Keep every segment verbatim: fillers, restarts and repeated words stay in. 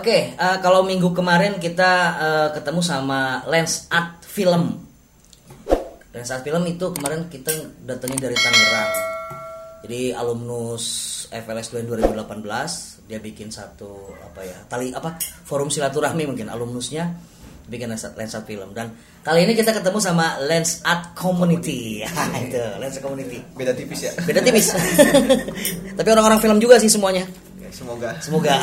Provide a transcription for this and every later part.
Oke, uh, kalau minggu kemarin kita uh, ketemu sama Lens Art Film. Lens Art Film itu kemarin kita datangnya dari Tangerang. Jadi alumnus F L S dua ribu delapan belas dia bikin satu apa ya tali apa forum silaturahmi mungkin alumnusnya bikin Lens Art, Lens Art Film. Dan kali ini kita ketemu sama Lens Art Community. Ya, itu Lens Art Community. Beda tipis ya. Beda tipis. Tapi orang-orang film juga sih semuanya. Semoga. Semoga.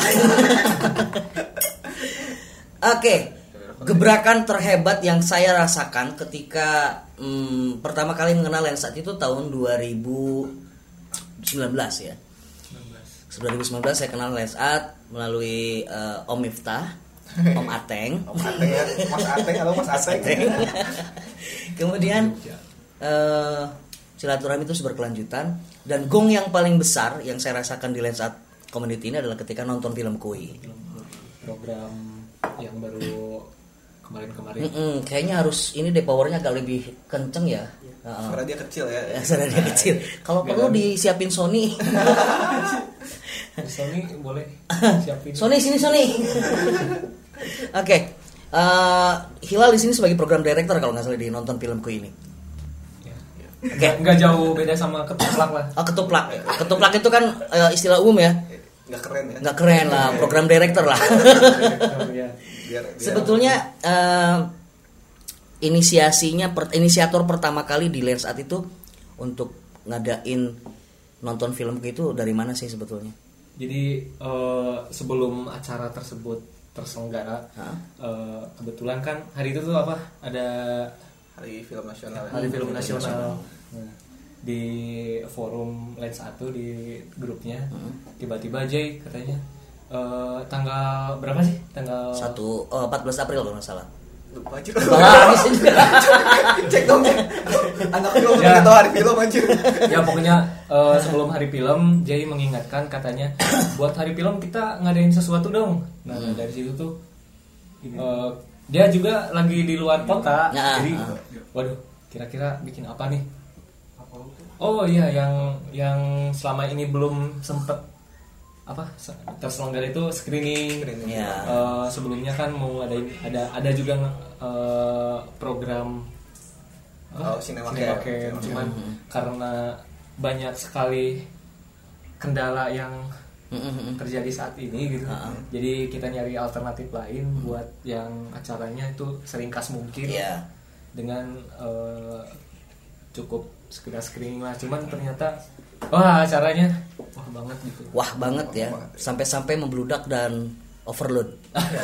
Oke, gebrakan terhebat yang saya rasakan ketika hmm, pertama kali mengenal Lens Art itu tahun dua ribu sembilan belas ya. dua ribu sembilan belas saya kenal Lens Art melalui uh, Om Miftah, Om Ateng. Om Ateng ya, Mas Ateng atau Mas Ateng. Kemudian uh, silaturahmi itu berkelanjutan dan gong yang paling besar yang saya rasakan di Lens Art Community ini adalah ketika nonton film Kui. Program yang baru kemarin-kemarin. Mm-mm, kayaknya harus ini deh powernya agak lebih kenceng ya. Suara dia kecil ya. Ya suara dia kecil. Kalau perlu disiapin Sony. Sony boleh siapin. Sony sini Sony. Oke. Okay. Uh, Hilal di sini sebagai program director kalau nggak salah di nonton film Kui ini. Oke, okay. Nggak jauh beda sama ketuplak lah. Oh, ketuplak. Ketuplak itu kan uh, istilah umum ya. Nggak keren ya. Nggak keren lah, program director lah. biar, biar Sebetulnya uh, inisiasinya, per, inisiator pertama kali di Lens Art itu untuk ngadain nonton film itu dari mana sih sebetulnya? Jadi uh, sebelum acara tersebut terselenggara, uh, kebetulan kan hari itu tuh apa? Ada Hari Film Nasional. Hari Film Nasional. Nah, di forum Lens Art tuh di grupnya hmm. tiba-tiba Jay katanya e, tanggal berapa sih tanggal satu oh, empat belas April kalau nggak salah lupa aja cek dong anak film ya. Nggak tahu hari film aja ya pokoknya uh, sebelum hari film Jay mengingatkan katanya buat hari film kita ngadain sesuatu dong. Nah hmm. dari situ tuh uh, dia juga lagi di luar kota nah, jadi uh. waduh kira-kira bikin apa nih. Oh iya yang yang selama ini belum sempet apa terselenggara itu screening. screening. Yeah. Uh, sebelumnya kan mau ada ada ada juga uh, program oh, Cinema Camp, cuman mm-hmm. karena banyak sekali kendala yang mm-hmm. terjadi saat ini gitu. Uh-huh. Jadi kita nyari alternatif lain mm-hmm. buat yang acaranya itu seringkas mungkin. Yeah. Dengan uh, cukup sekedar screening lah, cuman ternyata wah acaranya wah banget gitu. Wah banget ya, sampai-sampai membludak dan overload.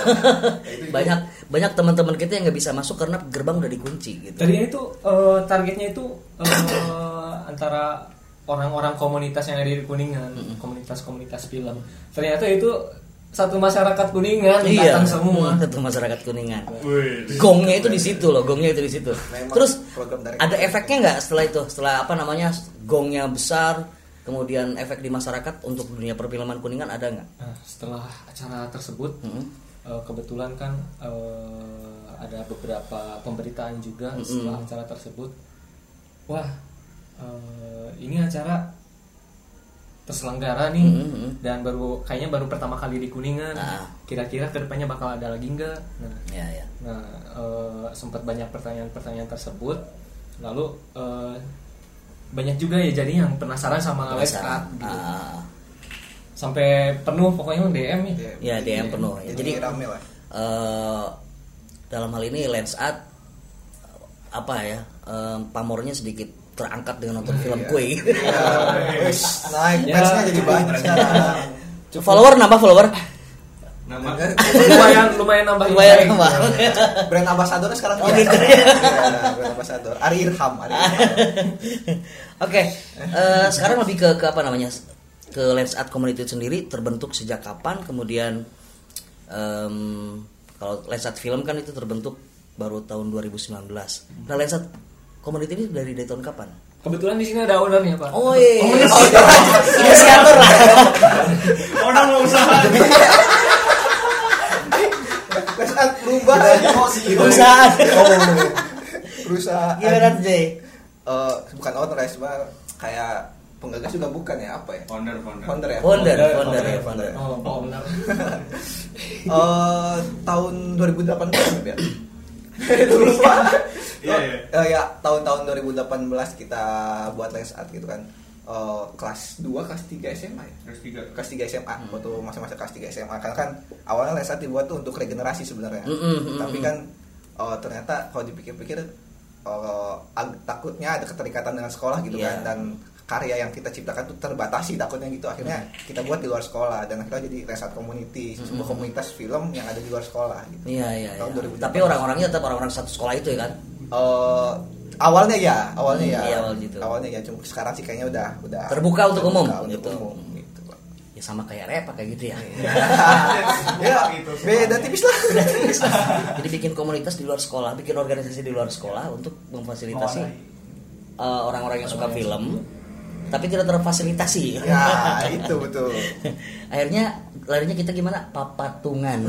banyak banyak teman-teman kita yang nggak bisa masuk karena gerbang udah dikunci gitu. Tadinya itu uh, targetnya itu uh, antara orang-orang komunitas yang ada di Kuningan, mm-hmm. komunitas-komunitas film. Ternyata itu satu masyarakat Kuningan iya, datang semua. Satu masyarakat Kuningan. Gongnya itu di situ loh, gongnya itu di situ. Terus ada efeknya nggak setelah itu? Setelah apa namanya gongnya besar, kemudian efek di masyarakat untuk dunia perfilman Kuningan ada nggak? Nah, setelah acara tersebut, mm-hmm. uh, kebetulan kan uh, ada beberapa pemberitaan juga mm-hmm. setelah acara tersebut. Wah, uh, ini acara terselenggara nih mm-hmm. dan baru kayaknya baru pertama kali di Kuningan. Nah. Kira-kira kedepannya bakal ada lagi nggak? Nah, ya, ya. nah uh, sempat banyak pertanyaan-pertanyaan tersebut. Lalu uh, banyak juga ya jadi yang penasaran sama Lens Art gitu. Ah. Sampai penuh pokoknya D M nih. Ya D M penuh. Ya, jadi rame lah. Uh, dalam hal ini Lens Art apa ya? Um, pamornya sedikit terangkat dengan nonton film Kui. Naik fansnya jadi banyak sekarang. Follower nambah follower. Nama lumayan lumayan nambah. Lumayan nambah. Brand ambassador sekarang oh, dia. gitu. Ya, brand ambassador. Ari Irham. Ari Irham. Oke, uh, sekarang lebih ke ke apa namanya? Ke Lens Art Community sendiri terbentuk sejak kapan? Kemudian um, kalau Lens Art Film kan itu terbentuk baru tahun dua ribu sembilan belas. Nah, Lens Art Community ini dari, dari tahun kapan? Kebetulan di sini ada ownernya, Pak. Oh iya. Oh, iya. Inisiator lah. Orang mau usaha. Perusahaan berubah emosi. Perusahaan. Oh. Perusahaan. Gimana Jay? Uh, bukan owner ya, cuma kayak penggagas juga bukan ya, apa ya? Founder, founder. Founder ya. Founder, Founder, founder, ya, ya, founder. Oh, benar. Eh, tahun dua ribu delapan belas ya. Dulu Pak. Iya, iya. Eh, ya, tahun-tahun dua ribu delapan belas kita buat Lens Art gitu kan. Eh, kelas dua, kelas tiga S M A ya. Terus tiga. Kelas tiga S M A, Hmm. waktu masa-masa kelas tiga S M A. Karena kan awalnya Lens Art dibuat tuh untuk regenerasi sebenarnya. Mm, mm, mm, Tapi mm. kan eh, ternyata kalau dipikir-pikir eh, ag- takutnya ada keterikatan dengan sekolah gitu Iya. kan, dan karya yang kita ciptakan tuh terbatasi takutnya gitu, akhirnya kita buat di luar sekolah dan akhirnya jadi Lens Art Community, sebuah komunitas film yang ada di luar sekolah gitu. Iya, iya, Tahun iya. dua ribu delapan belas. Tapi orang-orangnya tetap orang-orang satu sekolah itu ya kan? Eh, awalnya ya, awalnya Hmm, ya, iya, awal gitu. awalnya ya, cuma sekarang sih kayaknya udah udah Terbuka untuk umum, untuk gitu. umum, gitu, Pak. Ya sama kayak Repa kayak gitu ya. Ya, beda tipis lah. Jadi bikin komunitas di luar sekolah, bikin organisasi di luar sekolah untuk memfasilitasi uh, orang-orang yang suka film, tapi tidak terfasilitasi. Ya, itu betul. Akhirnya larinya kita gimana? Papatungan.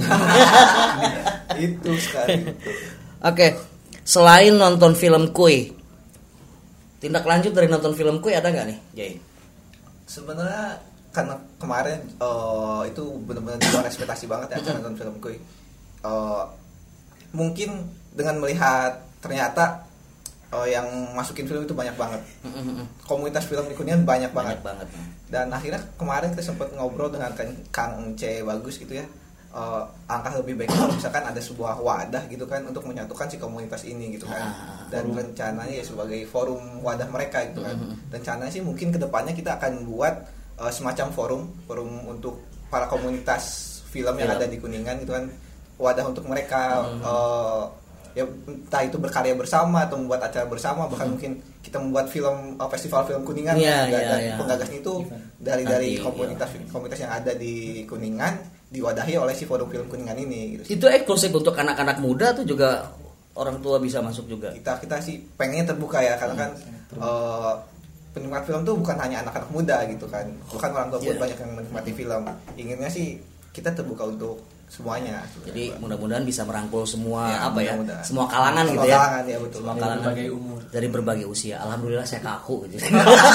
Itu sekali. Oke, selain nonton film Kui, tindak lanjut dari nonton film Kui ada nggak nih, Jay? Sebenarnya karena kemarin eh, itu benar-benar di luar ekspektasi banget ya acara nonton film Kuy. Eh, mungkin dengan melihat ternyata eh, yang masukin film itu banyak banget. Komunitas film di Kuningan banyak banget. Banyak banget. Dan akhirnya kemarin kita sempat ngobrol dengan Kang, Kang C Bagus gitu ya. Uh, angka lebih baik kalau misalkan ada sebuah wadah gitu kan untuk menyatukan si komunitas ini gitu kan, dan rencananya ya sebagai forum wadah mereka gitu kan. Rencananya sih mungkin kedepannya kita akan buat uh, semacam forum forum untuk para komunitas film yang Film. ada di Kuningan gitu kan, wadah untuk mereka uh, ya entah itu berkarya bersama atau membuat acara bersama, bahkan mungkin kita membuat film uh, festival film Kuningan. Iya, dan, iya, dan iya. penggagasnya itu dari dari Nanti, komunitas komunitas yang ada di Kuningan diwadahi oleh si forum film Kuningan ini gitu. Itu eksklusif untuk anak-anak muda tuh juga orang tua bisa masuk juga. Kita kita sih pengennya terbuka ya, karena kan eh, penikmat film tuh bukan hanya anak-anak muda gitu kan, bukan orang tua pun Iya. banyak yang menikmati film. Inginnya sih kita terbuka untuk semuanya. Jadi mudah-mudahan bisa merangkul semua Ya, apa ya, mudah-mudahan. semua kalangan Semua gitu ya. kalangan, ya, betul. Semua Dari kalangan berbagai umur. dari berbagai usia. Alhamdulillah saya kaku gitu.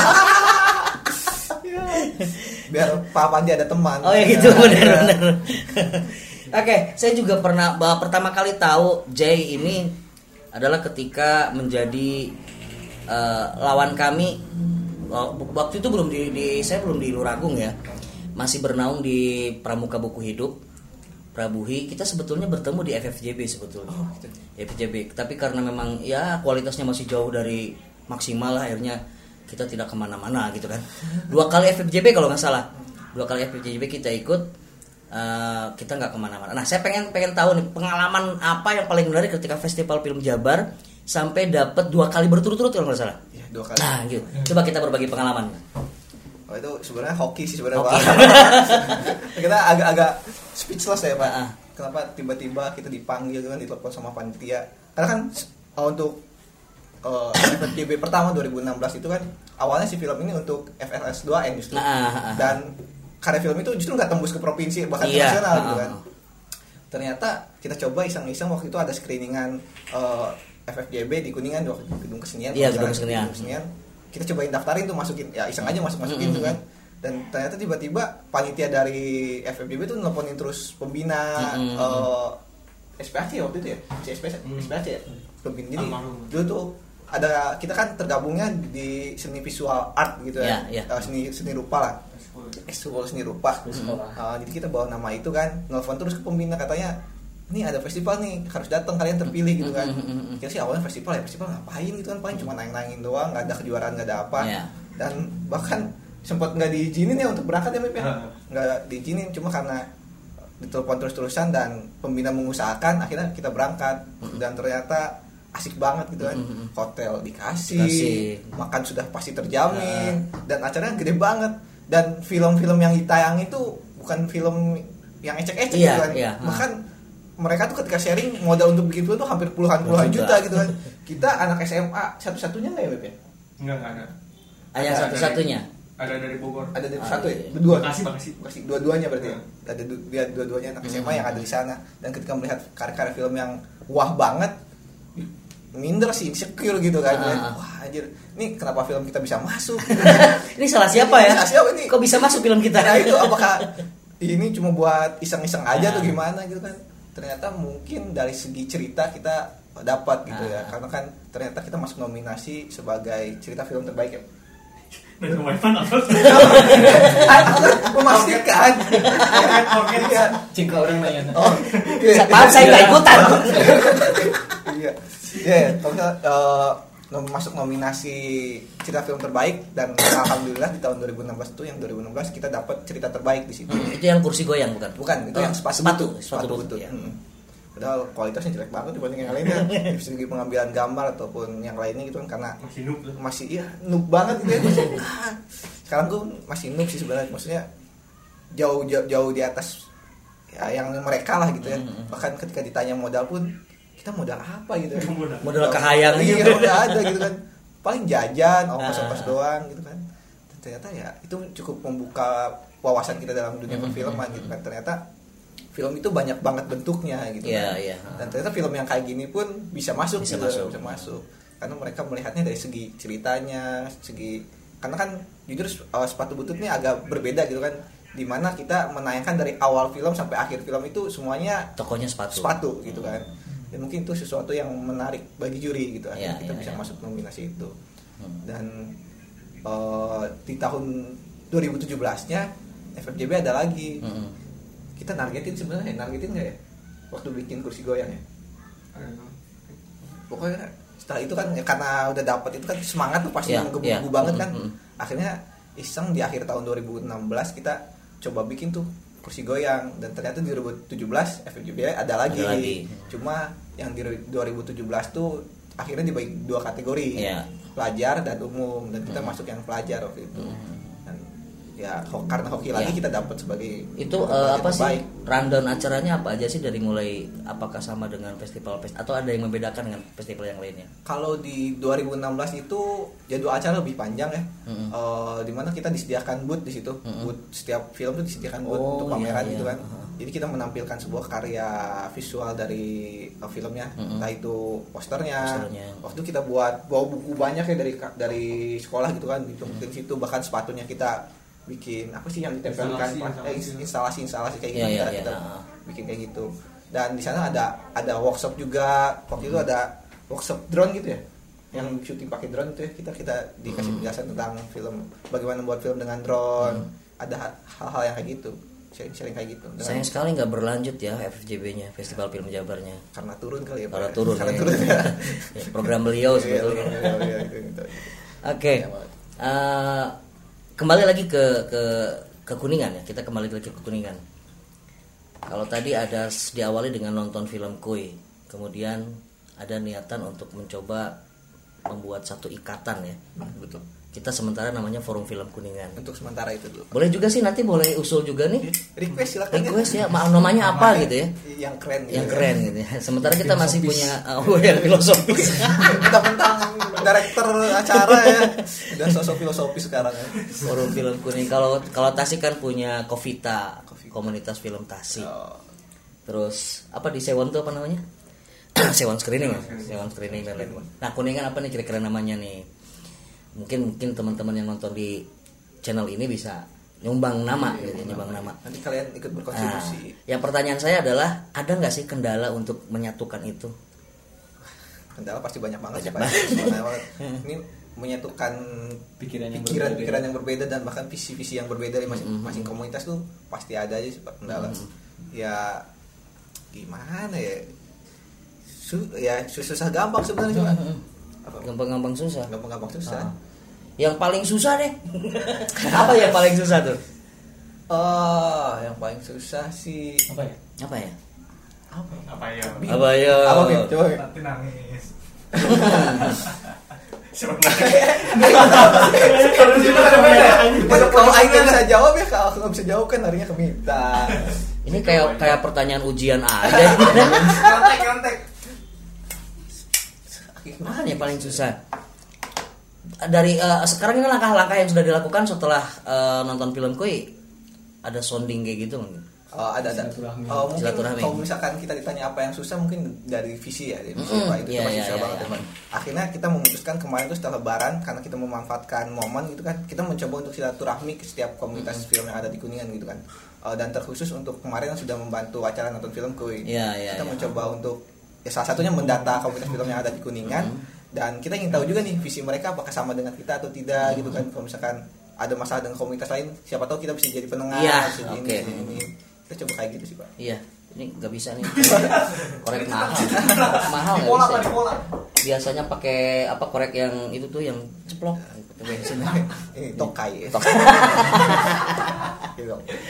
Biar Pak Pandi ada teman. Oh ya gitu, benar-benar. Oke, saya juga pernah bahwa pertama kali tahu Jay ini adalah ketika menjadi eh, lawan kami. Waktu itu belum di, di saya belum di Luragung ya, masih bernaung di Pramuka Buku Hidup Prabuhi. Kita sebetulnya bertemu di F F J B sebetulnya. Oh, gitu. F F J B, tapi karena memang ya kualitasnya masih jauh dari maksimal, akhirnya kita tidak kemana-mana gitu kan. Dua kali F F J B kalau nggak salah, dua kali F F J B kita ikut, uh, kita nggak kemana-mana. Nah, saya pengen pengen tahu nih pengalaman apa yang paling menarik ketika Festival Film Jabar sampai dapat dua kali berturut-turut kalau nggak salah. Ya, dua kali. Nah, gitu. Coba kita berbagi pengalaman. Oh, itu sebenarnya hoki sih sebenarnya, Hoki. Pak. Kita agak-agak speechless ya, Pak. Ah. Kenapa tiba-tiba kita dipanggil kan, ditelepon sama panitia? Karena kan uh, untuk uh, F F J B pertama dua ribu enam belas itu kan awalnya si film ini untuk F L S dua N justru. Ah, ah, ah. Dan karya film itu justru nggak tembus ke provinsi bahkan ke Iya. nasional Ah, gitu ah, kan. ah. Ternyata kita coba iseng-iseng waktu itu ada screeningan uh, F F J B di Kuningan, di gedung kesenian. Iya, kalau gedung nggak salah, kesenian. Kita cobain daftarin tuh, masukin ya iseng aja masuk-masukin Mm-hmm. tuh kan. Dan ternyata tiba-tiba panitia dari F F J B tuh nelponin terus pembina Mm-hmm. uh, S P A C waktu itu ya, C S P A C, Mm. S P A C ya. Pembina. Jadi Almarhum. dulu tuh ada kita kan tergabungnya di seni visual art gitu ya, Iya, iya. Uh, seni seni rupa lah. Ekskul seni rupa. Uh, jadi kita bawa nama itu kan, nelfon terus ke pembina, katanya ini ada festival nih, harus datang, kalian terpilih gitu kan. Kira sih awalnya festival ya, festival ngapain gitu kan, paling cuma naik-naikin doang, nggak ada kejuaraan, nggak ada apa. Iya. Dan bahkan sempat nggak diizinin ya untuk berangkat ya, Mep ya. Heeh. Nggak diizinin, cuma karena ditelepon terus-terusan dan pembina mengusahakan, akhirnya kita berangkat. Dan ternyata asik banget gitu kan. Hotel dikasih, Dikasih. makan sudah pasti terjamin, dan acaranya gede banget. Dan film-film yang ditayang itu bukan film yang ecek-ecek Iya, gitu kan. iya. Bahkan mereka tuh ketika sharing modal untuk bikin film tuh hampir puluhan-puluhan Juta. juta gitu kan. Kita anak S M A satu-satunya nggak ya, Beb ya? Enggak, enggak ada. Hanya Ada satu-satunya. Ada dari Bogor. Ada dari Ah, satu ya? iya. Dua. Bekasi, Bekasi. Bekasi. Dua-duanya berarti ya? Hmm. Ada du- dia dua-duanya anak S M A Hmm. yang ada di sana. Dan ketika melihat karya-karya film yang wah banget, minder sih, insecure gitu kan. Ah, ah. Wah, anjir, ini kenapa film kita bisa masuk? Ini salah siapa ya? Salah siapa ini? Kok bisa masuk film kita? Nah itu apakah ini cuma buat iseng-iseng aja Nah. atau gimana gitu kan? Ternyata mungkin dari segi cerita kita dapat gitu ya, Nah. karena kan ternyata kita masuk nominasi sebagai cerita film terbaik ya. Dan wifi apa? Aku memastikan. Iya. Jika orang nanya. Oh, iya. Maaf saya nggak ikutan. Iya. Iya, kalau kita eh, nom- masuk nominasi cerita film terbaik dan alhamdulillah di tahun dua ribu enam belas itu yang dua ribu enam belas kita dapat cerita terbaik di situ. Itu yang kursi goyang bukan? Bukan, itu Oh, yang sepatu sepatu, butut. sepatu butut, butut. ya. Hmm. Padahal kualitasnya jelek banget dibanding yang lainnya. Dari segi pengambilan gambar ataupun yang lainnya gitu kan, karena Masih noob lah. masih iya noob banget gitu ya. Masih, ah, sekarang tuh masih noob sih sebenarnya, maksudnya jauh jauh, jauh di atas ya, yang mereka lah gitu ya. Bahkan ketika ditanya modal pun kita modal apa gitu ya. Modal. Modal kehayang iya, gitu. udah ada gitu kan, paling jajan ongkos-ongkos Ah. doang gitu kan. Dan ternyata ya itu cukup membuka wawasan kita dalam dunia perfilman gitu kan. Ternyata film itu banyak banget bentuknya gitu Iya, kan. iya. Dan ternyata film yang kayak gini pun bisa masuk Bisa gitu, masuk. bisa masuk. Karena mereka melihatnya dari segi ceritanya, segi karena kan jujur uh, sepatu butut ini agak berbeda gitu kan. Dimana kita menayangkan dari awal film sampai akhir film itu semuanya Tokonya sepatu. sepatu gitu kan. Dan mungkin itu sesuatu yang menarik bagi juri gitu, akhirnya Iya, kita iya, bisa iya. masuk nominasi itu. Hmm. Dan uh, di tahun dua ribu tujuh belas-nya F F J B ada lagi. Mm-mm. Kita nargetin sebenarnya, nargetin nggak ya waktu bikin kursi goyang ya? Pokoknya setelah itu kan ya, karena udah dapat itu kan semangat tuh pasti Iya, menggebu-gebu iya. banget kan. Mm-mm. Akhirnya iseng di akhir tahun dua ribu enam belas kita coba bikin tuh kursi goyang, dan ternyata di dua ribu tujuh belas F F J B ada lagi. Ada lagi. Cuma yang di dua ribu tujuh belas tuh akhirnya dibagi dua kategori. Iya. Pelajar dan umum, dan kita Mm. masuk yang pelajar waktu itu. Mm. Dan ya ho- karena hoki lagi Iya. kita dapat sebagai Itu eh, pelajar apa sih? terbaik. Rundown acaranya apa aja sih, dari mulai apakah sama dengan festival fest atau ada yang membedakan dengan festival yang lainnya? Kalau di dua ribu enam belas itu jadwal acara lebih panjang ya. Mm-mm. Eh, dimana kita disediakan booth di situ. Mm-mm. Booth setiap film itu disediakan booth Oh, untuk pameran iya, gitu iya. kan. Uh-huh. Jadi kita menampilkan sebuah karya visual dari uh, filmnya, Mm-mm. entah itu posternya. Posternya. Waktu itu kita buat bawa buku banyak ya dari dari sekolah gitu kan, dimasukin situ, bahkan sepatunya kita bikin apa sih yang ditempelkan Instalasi, eh, instalasi. instalasi instalasi kayak Iya, gitu iya, kita, iya. kita bikin kayak gitu. Dan di sana ada ada workshop juga. Waktu itu ada workshop drone gitu ya, yang syuting pakai drone itu ya, kita kita dikasih Hmm. penjelasan tentang film, bagaimana membuat film dengan drone. Hmm. Ada hal-hal yang kayak gitu, sharing-sharing kayak gitu. Dengan- Sayang sekali nggak berlanjut ya F F J B-nya, Festival Film Jabarnya. karena turun kali ya, Pak. Karena turun karena ya. turun ya. Ya, program beliau Iya, sebetulnya. iya, iya, gitu, gitu. Oke. Iya, Pak. Eh, kembali lagi ke ke ke Kuningan ya. Kita kembali lagi ke Kuningan. Kalau tadi ada s- diawali dengan nonton film Koi, kemudian ada niatan untuk mencoba membuat satu ikatan ya. Betul. Kita sementara namanya Forum Film Kuningan. Untuk sementara itu dulu. Boleh juga sih, nanti boleh usul juga nih. Request silakan. Request ya, ma- namanya apa gitu ya. Yang keren. gitu Yang ya. keren gitu ya. Sementara kita masih punya oh yang filosofis. Mentang-mentang director acara ya, udah sosok filosofis sekarang ya. Forum Film Kuningan. Kalau kalau Tasik kan punya Kofita, Kofita. komunitas film Tasik. Oh, Terus apa di Sewon tuh apa namanya? Sewon screening ya, Sewon screening dan lain-lain. Nah Kuningan apa nih kira-kira namanya nih? Mungkin mungkin teman-teman yang nonton di channel ini bisa nyumbang nama, gitu, nyumbang nama. nanti kalian ikut Nah, berkontribusi. yang pertanyaan saya adalah ada nggak sih kendala untuk menyatukan itu? Kendala pasti banyak banget sih, Banyak Pak. Banyak banget. Ini menyatukan Pikiran yang pikiran berbeda. pikiran yang berbeda dan bahkan visi-visi yang berbeda di masing-masing komunitas tuh pasti ada aja sih, Pak, kendala. Ya gimana ya? Su ya susah gampang sebenarnya, Pak. Apa? Gampang-gampang susah. Gampang-gampang susah. Ah. Yang paling susah deh. Apa yang paling susah tuh? Oh, yang paling susah sih Apa ya? Apa ya? apa ya? Apa ya? Apa ya? Apa Bim? Coba Bim. Nanti nangis. Kalau Aing nggak bisa jawab ya, kalau aku nggak bisa jawab kan harinya keminta. Ini kayak kayak pertanyaan ujian aja. Kontek, kontek. Mana yang paling susah? Dari eh, sekarang ini langkah-langkah yang sudah dilakukan setelah eh, nonton film Koi, ada sounding kayak gitu mungkin. Uh, ada ada Silaturahmi. uh, mungkin Silaturahmi. kalau misalkan kita ditanya apa yang susah mungkin dari visi ya dari visi Mm-mm. Pak, itu Iya, masih iya, susah iya, banget iya. ya, Pak. Akhirnya kita memutuskan kemarin tuh setelah lebaran karena kita memanfaatkan momen gitu kan, kita mencoba untuk silaturahmi ke setiap komunitas Mm-hmm. film yang ada di Kuningan gitu kan. Uh, dan terkhusus untuk kemarin yang sudah membantu acara nonton film Kuy. Iya, iya, kita iya. mencoba untuk ya salah satunya mendata komunitas film yang ada di Kuningan. Mm-hmm. Dan kita ingin tahu juga nih visi mereka apakah sama dengan kita atau tidak gitu kan. Kalau misalkan ada masalah dengan komunitas lain, siapa tahu kita bisa jadi penengah, Iya, bisa jadi oke. ini, ini. Kita coba kayak gitu sih Pak. Iya, ini nggak bisa nih. Korek mahal. Mahal nggak Dipola, bisa. Pak, dipola. Biasanya pakai apa korek yang itu tuh yang ceplok, pakai bensin. Ini tokai. Tokai. Gitu.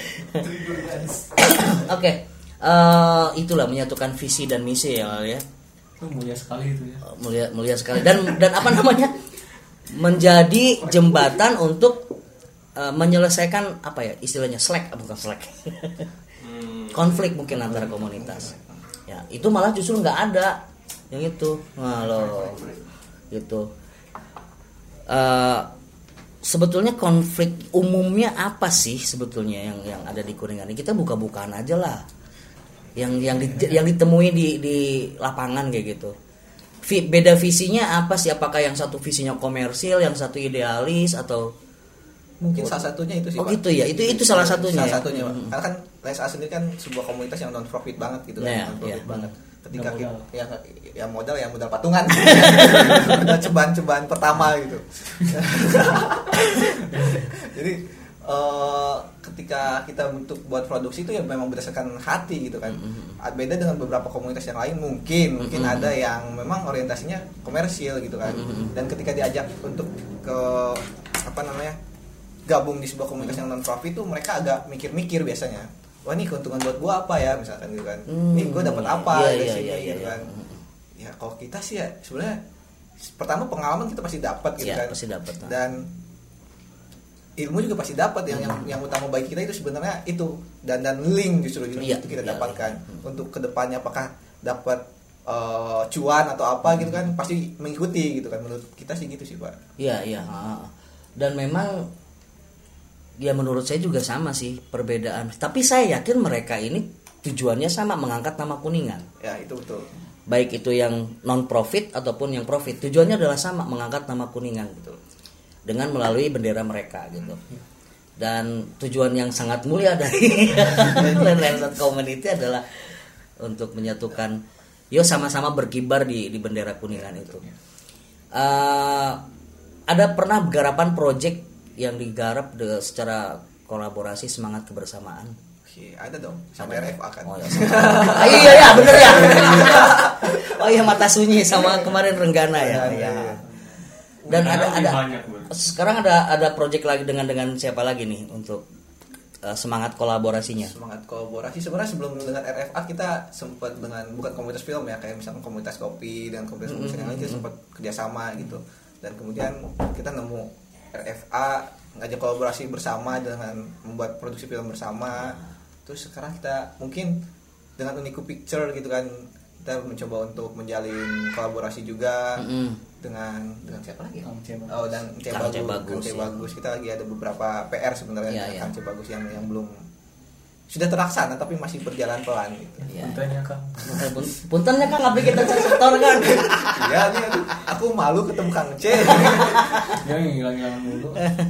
Oke, eh, itulah menyatukan visi dan misi ya, ya. Itu mulia sekali itu ya. Mulia, mulia sekali. Dan dan apa namanya? Menjadi jembatan untuk eh, menyelesaikan apa ya istilahnya slack, bukan slack. Konflik mungkin antara komunitas. Ya, itu malah justru nggak ada yang itu. Nah, loh, gitu. Eh, sebetulnya konflik umumnya apa sih sebetulnya yang yang ada di Kuningan ini? Kita buka-bukaan aja lah. Yang yang di, yang ditemui di di lapangan kayak gitu. Vi- beda visinya apa sih? Apakah yang satu visinya komersil, yang satu idealis atau Mungkin salah satunya itu sih Oh Pak. gitu ya, itu itu salah satunya. Salah ya? satunya Pak. Hmm. Karena kan Lens A sendiri kan sebuah komunitas yang non profit banget gitu kan, Iya, non profit iya. banget. Ketika Nggak kita modal. ya, ya modal ya modal patungan. Modal cobaan-cobaan pertama gitu. Jadi eh, ketika kita untuk buat produksi itu ya memang berdasarkan hati gitu kan. Beda dengan beberapa komunitas yang lain mungkin mungkin Mm-hmm. ada yang memang orientasinya komersil gitu kan. Mm-hmm. Dan ketika diajak untuk ke apa namanya gabung di sebuah komunitas yang non profit tuh mereka agak mikir-mikir biasanya. Wah ini keuntungan buat gua apa ya misalkan gitu kan. Hmm, Ini gua dapat apa iya, dari iya, sini iya, gitu iya. kan. Ya kalau kita sih ya sebenarnya pertama pengalaman kita pasti dapat gitu Iya, kan. pasti dapat. Nah. Dan ilmu juga pasti dapat yang yang yang utama bagi kita itu sebenarnya itu dan dan link justru itu Iya, kita iya, dapatkan iya. untuk kedepannya apakah dapat eh, cuan atau apa gitu kan pasti mengikuti gitu kan menurut kita sih gitu sih Pak. Iya, iya. ah. Dan memang ya menurut saya juga sama sih perbedaan. Tapi saya yakin mereka ini tujuannya sama, mengangkat nama Kuningan. Ya itu betul. Baik itu yang non profit ataupun yang profit, tujuannya adalah sama, mengangkat nama Kuningan gitu. Dengan melalui bendera mereka gitu. Dan tujuan yang sangat mulia dari Lensat Community adalah untuk menyatukan, yo sama-sama berkibar di di bendera Kuningan itu. Eh, ada pernah garapan project yang digarap de, secara kolaborasi semangat kebersamaan. Oke, ada dong sampai R F A kan. Oh, ya, sama. Ah, iya ya bener ya. Oh iya Mata Sunyi sama kemarin Renggana ya. Iya, Ya. iya. Dan ada Lebih ada banyak, Bro. sekarang ada ada project lagi dengan dengan siapa lagi nih untuk uh, semangat kolaborasinya. Semangat kolaborasi sebenarnya sebelum dengan R F A kita sempat dengan bukan komunitas film ya kayak misalnya komunitas kopi dan komunitas komunitas yang lain kita sempat kerjasama gitu dan kemudian kita nemu R F A ngajak kolaborasi bersama dengan membuat produksi film bersama. Terus sekarang kita mungkin dengan Uniku Picture gitu kan kita mencoba untuk menjalin kolaborasi juga Mm-mm. dengan dengan siapa lagi? Kang C. Bagus. Oh dan C Kang C. Bagus, Bagus, Kang C. ya. Bagus. Kita lagi ada beberapa P R sebenarnya Iya, dengan iya. Kang C. Bagus yang yang belum sudah terlaksana tapi masih berjalan pelan gitu. Ya. Puntennya Kang. Pun- Puntennya kan nggak kita sektor kan. Iya nih aduh, aku malu ketemu Kang C. Dia ngilang-ngilangan mulu.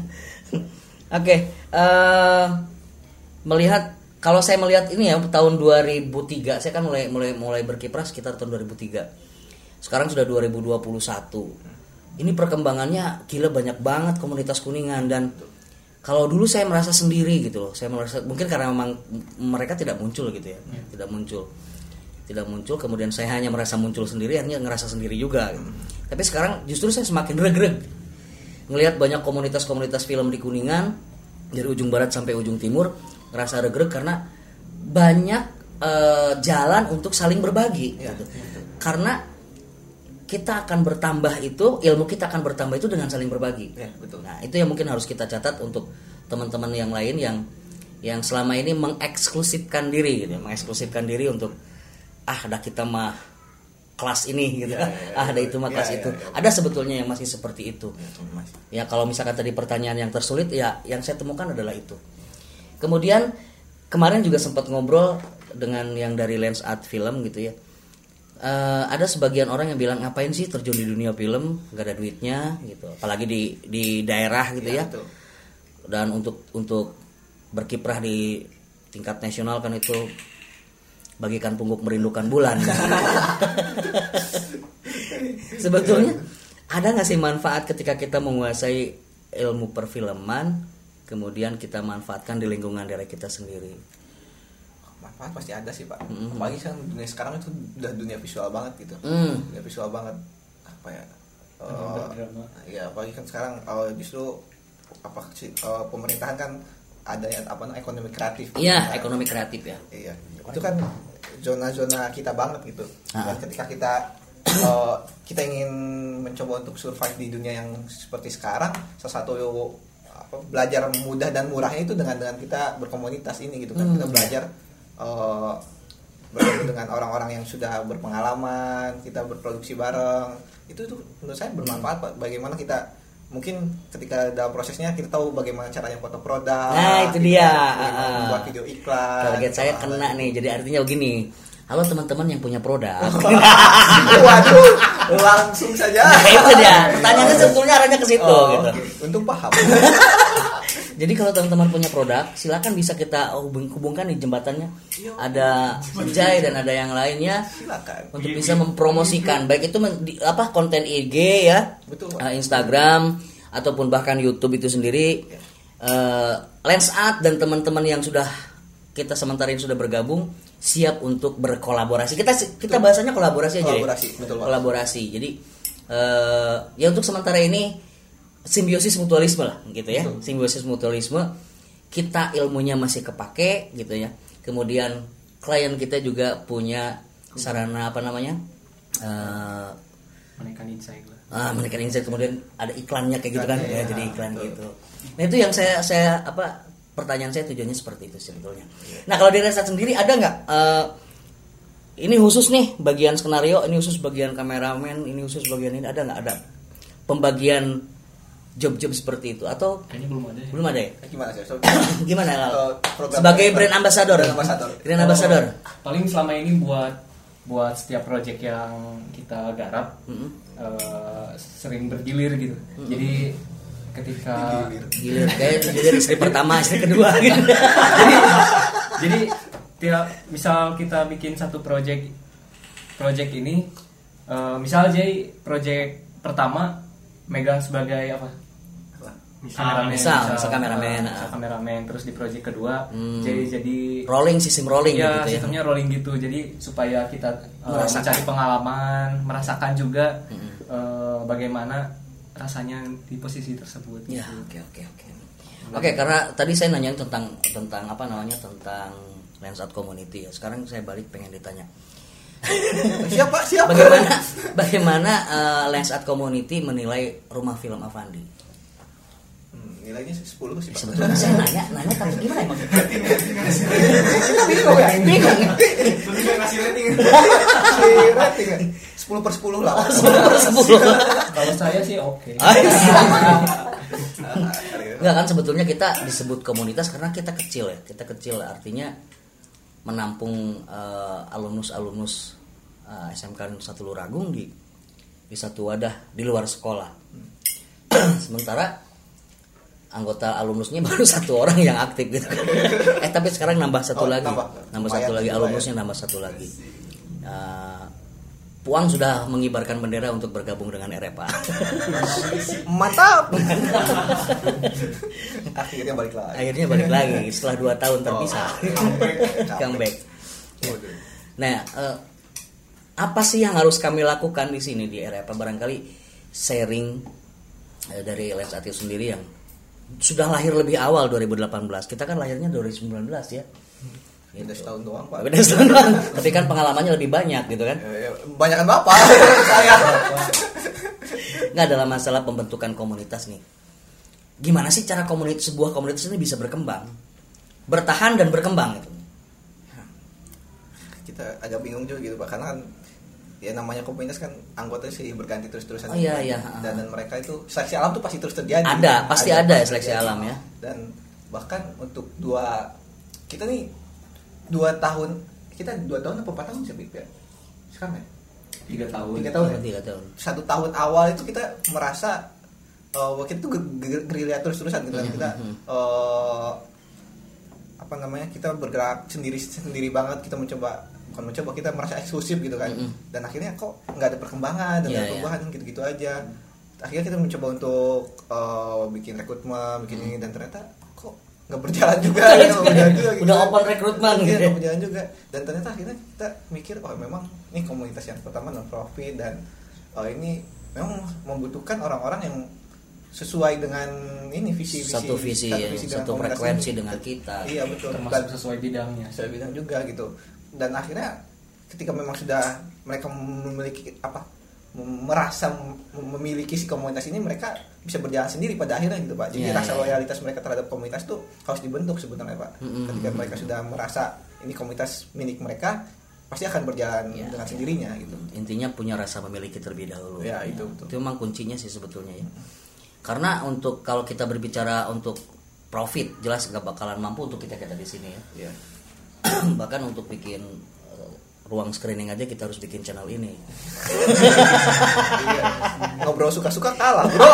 Oke, eh, melihat kalau saya melihat ini ya tahun dua ribu tiga, saya kan mulai mulai mulai berkiprah sekitar tahun dua ribu tiga. Sekarang sudah dua ribu dua puluh satu. Ini perkembangannya gila banyak banget komunitas Kuningan dan kalau dulu saya merasa sendiri gitu loh. Saya merasa mungkin karena memang mereka tidak muncul gitu ya. Tidak muncul. Tidak muncul kemudian saya hanya merasa muncul sendiri akhirnya ngerasa sendiri juga gitu. Tapi sekarang justru saya semakin regreg ngelihat banyak komunitas-komunitas film di Kuningan dari ujung barat sampai ujung timur ngerasa regreg karena banyak eh, jalan untuk saling berbagi Ya, gitu. betul. Karena kita akan bertambah itu, ilmu kita akan bertambah itu dengan saling berbagi. Ya, betul. Nah, itu yang mungkin harus kita catat untuk teman-teman yang lain yang yang selama ini mengeksklusifkan diri gitu, ya, mengeksklusifkan diri untuk ah, ada kita mah kelas ini gitu. Ya, ya, ya, ah, ada itu mah ya, kelas ya, itu. ya, ya. Ada sebetulnya yang masih seperti itu. Mas. Ya, kalau misalkan tadi pertanyaan yang tersulit ya yang saya temukan adalah itu. Kemudian kemarin juga sempat ngobrol dengan yang dari Lens Art Film gitu ya. Uh, ada sebagian orang yang bilang ngapain sih terjun di dunia film, nggak ada duitnya gitu, apalagi di di daerah gitu ya, ya. Dan untuk untuk berkiprah di tingkat nasional kan itu bagikan pungguk merindukan bulan. Sebetulnya ada nggak sih manfaat ketika kita menguasai ilmu perfilman, kemudian kita manfaatkan di lingkungan daerah kita sendiri? Manfaat pasti ada sih Pak. Mm-hmm. Apalagi kan dunia sekarang itu udah dunia visual banget gitu. Mm. Dunia visual banget. Apa ya? Uh, ya apalagi kan sekarang uh, justru apa sih uh, pemerintahan kan ada yang apa namanya ekonomi kreatif. Iya, nah, ekonomi kreatif ya. Iya. Itu kan zona-zona kita banget gitu. Ah. Dan ketika kita uh, kita ingin mencoba untuk survive di dunia yang seperti sekarang, salah satu apa, belajar mudah dan murahnya itu dengan dengan kita berkomunitas ini gitu kan. Hmm. Kita belajar Uh, bertemu dengan orang-orang yang sudah berpengalaman, kita berproduksi bareng, itu tuh menurut saya bermanfaat Pak. Bagaimana kita mungkin ketika dalam prosesnya kita tahu bagaimana caranya foto produk, nah itu dia, uh, buat video iklan. Target saya kena nih, jadi artinya begini. Halo teman-teman yang punya produk. Waduh, langsung saja. Nah, itu dia. Pertanyaannya sebetulnya arahnya ke situ oh, gitu. Untuk paham. Jadi kalau teman-teman punya produk, silakan bisa kita hubung, hubungkan di jembatannya. Ada Jai dan ada yang lainnya. Silakan. Untuk bisa mempromosikan, baik itu men, di, apa konten I G ya, betul, uh, Instagram ataupun bahkan YouTube itu sendiri. Uh, Lens Art dan teman-teman yang sudah kita sementara ini sudah bergabung siap untuk berkolaborasi. Kita kita bahasanya kolaborasi aja kolaborasi, ya. Betul, kolaborasi. Jadi uh, ya untuk sementara ini simbiosis mutualisme lah gitu ya. Betul. Simbiosis mutualisme, kita ilmunya masih kepake gitu ya. Kemudian klien kita juga punya sarana apa namanya? Uh, menaikkan insight lah. Ah, menaikkan insight, kemudian ada iklannya kayak gitu kan ya, ya jadi iklan betul. Gitu. Nah, itu yang saya saya apa pertanyaan saya tujuannya seperti itu sebetulnya. Nah, kalau di Lens Art sendiri ada nggak uh, ini khusus nih bagian skenario, ini khusus bagian kameramen, ini khusus bagian ini, ada nggak ada pembagian job-job seperti itu atau kayaknya belum ada ya. Belum ada ya? Gimana sih? So, Gimana uh, sebagai brand ambassador? Brand ambassador. Brand ambassador. Oh, paling selama ini buat buat setiap project yang kita garap mm-hmm. uh, sering bergilir gitu. Mm-hmm. Jadi ketika gilir kayak gilir istri pertama, istri kedua gitu. jadi jadi tiap misal kita bikin satu project project ini uh, misal Jay project pertama megang sebagai apa? Kameramen, misal, misal kameramen, misal kameramen, terus di project kedua hmm. jadi jadi rolling sistem rolling ya, gitu ya. Sistemnya rolling gitu. Jadi supaya kita uh, mencari pengalaman, merasakan juga hmm. uh, bagaimana rasanya di posisi tersebut. Ya, gitu. oke oke oke. Oke, karena tadi saya nanyain tentang tentang apa namanya? Tentang Lens Art Community ya. Sekarang saya balik pengen ditanya. Siapa siapa? Bagaimana bagaimana uh, Lens Art Community menilai Rumah Film Avandi? Nilainya sepuluh sih Pak. Sebetulnya saya nanya, nanya tapi gimana ya maksudnya? Bingung ya? Bingung. Bingung ngasih rating. Ngasih rating. sepuluh per sepuluh lah. sepuluh per sepuluh. Kalau saya sih oke. Enggak kan sebetulnya kita disebut komunitas karena kita kecil ya. Kita kecil artinya menampung uh, alumnus-alumnus uh, S M K satu Luragung di di satu wadah di luar sekolah. Sementara anggota alumnusnya baru satu orang yang aktif gitu kan. Eh tapi sekarang nambah satu oh, lagi, nambah, nambah satu lagi alumnusnya ya. nambah satu lagi. Uh, Puang sudah mengibarkan bendera untuk bergabung dengan R E P A. Mantap. Akhirnya balik lagi. Akhirnya balik lagi setelah dua tahun terpisah. Oh, comeback. Nah, uh, apa sih yang harus kami lakukan di sini di R E P A? Barangkali sharing uh, dari Lens Art sendiri yang sudah lahir lebih awal dua ribu delapan belas. Kita kan lahirnya dua ribu sembilan belas ya. Beda gitu. Setahun doang Pak. Beda setahun doang. Tapi kan pengalamannya lebih banyak gitu kan. Banyakan Bapak. Saya. Nggak, dalam masalah pembentukan komunitas nih. Gimana sih cara komunitas sebuah komunitas ini bisa berkembang, bertahan dan berkembang gitu? Kita agak bingung juga gitu Pak, karena kan ya namanya komunitas kan anggotanya sih berganti terus-terusan. Oh iya iya. Dan, dan mereka itu seleksi alam tuh pasti terus terjadi. Ada, pasti ada, ada ya seleksi alam ya. Dan bahkan untuk dua kita nih dua tahun kita dua tahun apa empat tahun sih Bip, ya? Sekarang ya? Tiga tahun. Tiga tahun ya? Tiga tahun. Satu tahun awal itu kita merasa uh, kita tuh gerilya terus-terusan gitu kan. Kita uh, apa namanya, kita bergerak sendiri sendiri banget, kita mencoba bukan mencoba kita merasa eksklusif gitu kan. Dan akhirnya kok nggak ada perkembangan dan yeah, ada perubahan yeah. gitu-gitu aja. Akhirnya kita mencoba untuk uh, bikin rekrutmen, bikin ini, dan ternyata kok nggak berjalan juga, nggak berjalan juga gitu. Udah open rekrutmen gitu. gitu. Nggak berjalan juga, dan ternyata akhirnya kita mikir, oh memang ini komunitas yang pertama non profit, dan oh, ini memang membutuhkan orang-orang yang sesuai dengan ini visi visi satu visi, satu, visi ya, satu frekuensi ini. Dengan kita. Iya betul. Termasuk sesuai bidangnya. Sesuai bidang juga gitu. Dan akhirnya ketika memang sudah mereka memiliki apa merasa memiliki si komunitas ini, mereka bisa berjalan sendiri pada akhirnya gitu Pak. Jadi yeah, rasa yeah. loyalitas mereka terhadap komunitas tuh harus dibentuk sebenarnya Pak. Mm-hmm. Ketika mereka sudah merasa ini komunitas milik mereka, pasti akan berjalan yeah, dengan sendirinya gitu. Intinya punya rasa memiliki terlebih dahulu. Ya itu betul. Itu memang kuncinya sih sebetulnya ya. Karena untuk kalau kita berbicara untuk profit, jelas gak bakalan mampu untuk kita kita di sini ya. Yeah. Bahkan untuk bikin ruang screening aja kita harus bikin channel ini. Iya. Ngobrol suka-suka kalah, Bro.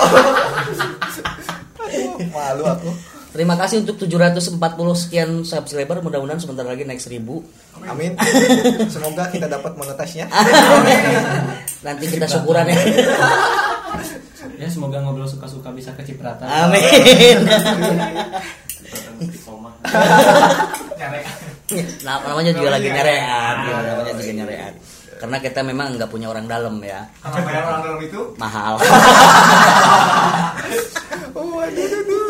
Aduh, malu aku. Terima kasih untuk tujuh ratus empat puluh sekian subscriber, mudah-mudahan sebentar lagi naik seribu. Amin. Semoga kita dapat monetasnya. Nanti kita syukuran ya. Ya semoga ngobrol suka-suka bisa kecipratan. Amin. Nah, namanya juga lagi nyerean, ya, namanya juga nyerean. Karena kita memang nggak punya orang dalam ya. Apa bayar orang dalam itu? Mahal. Oh, aduh, aduh.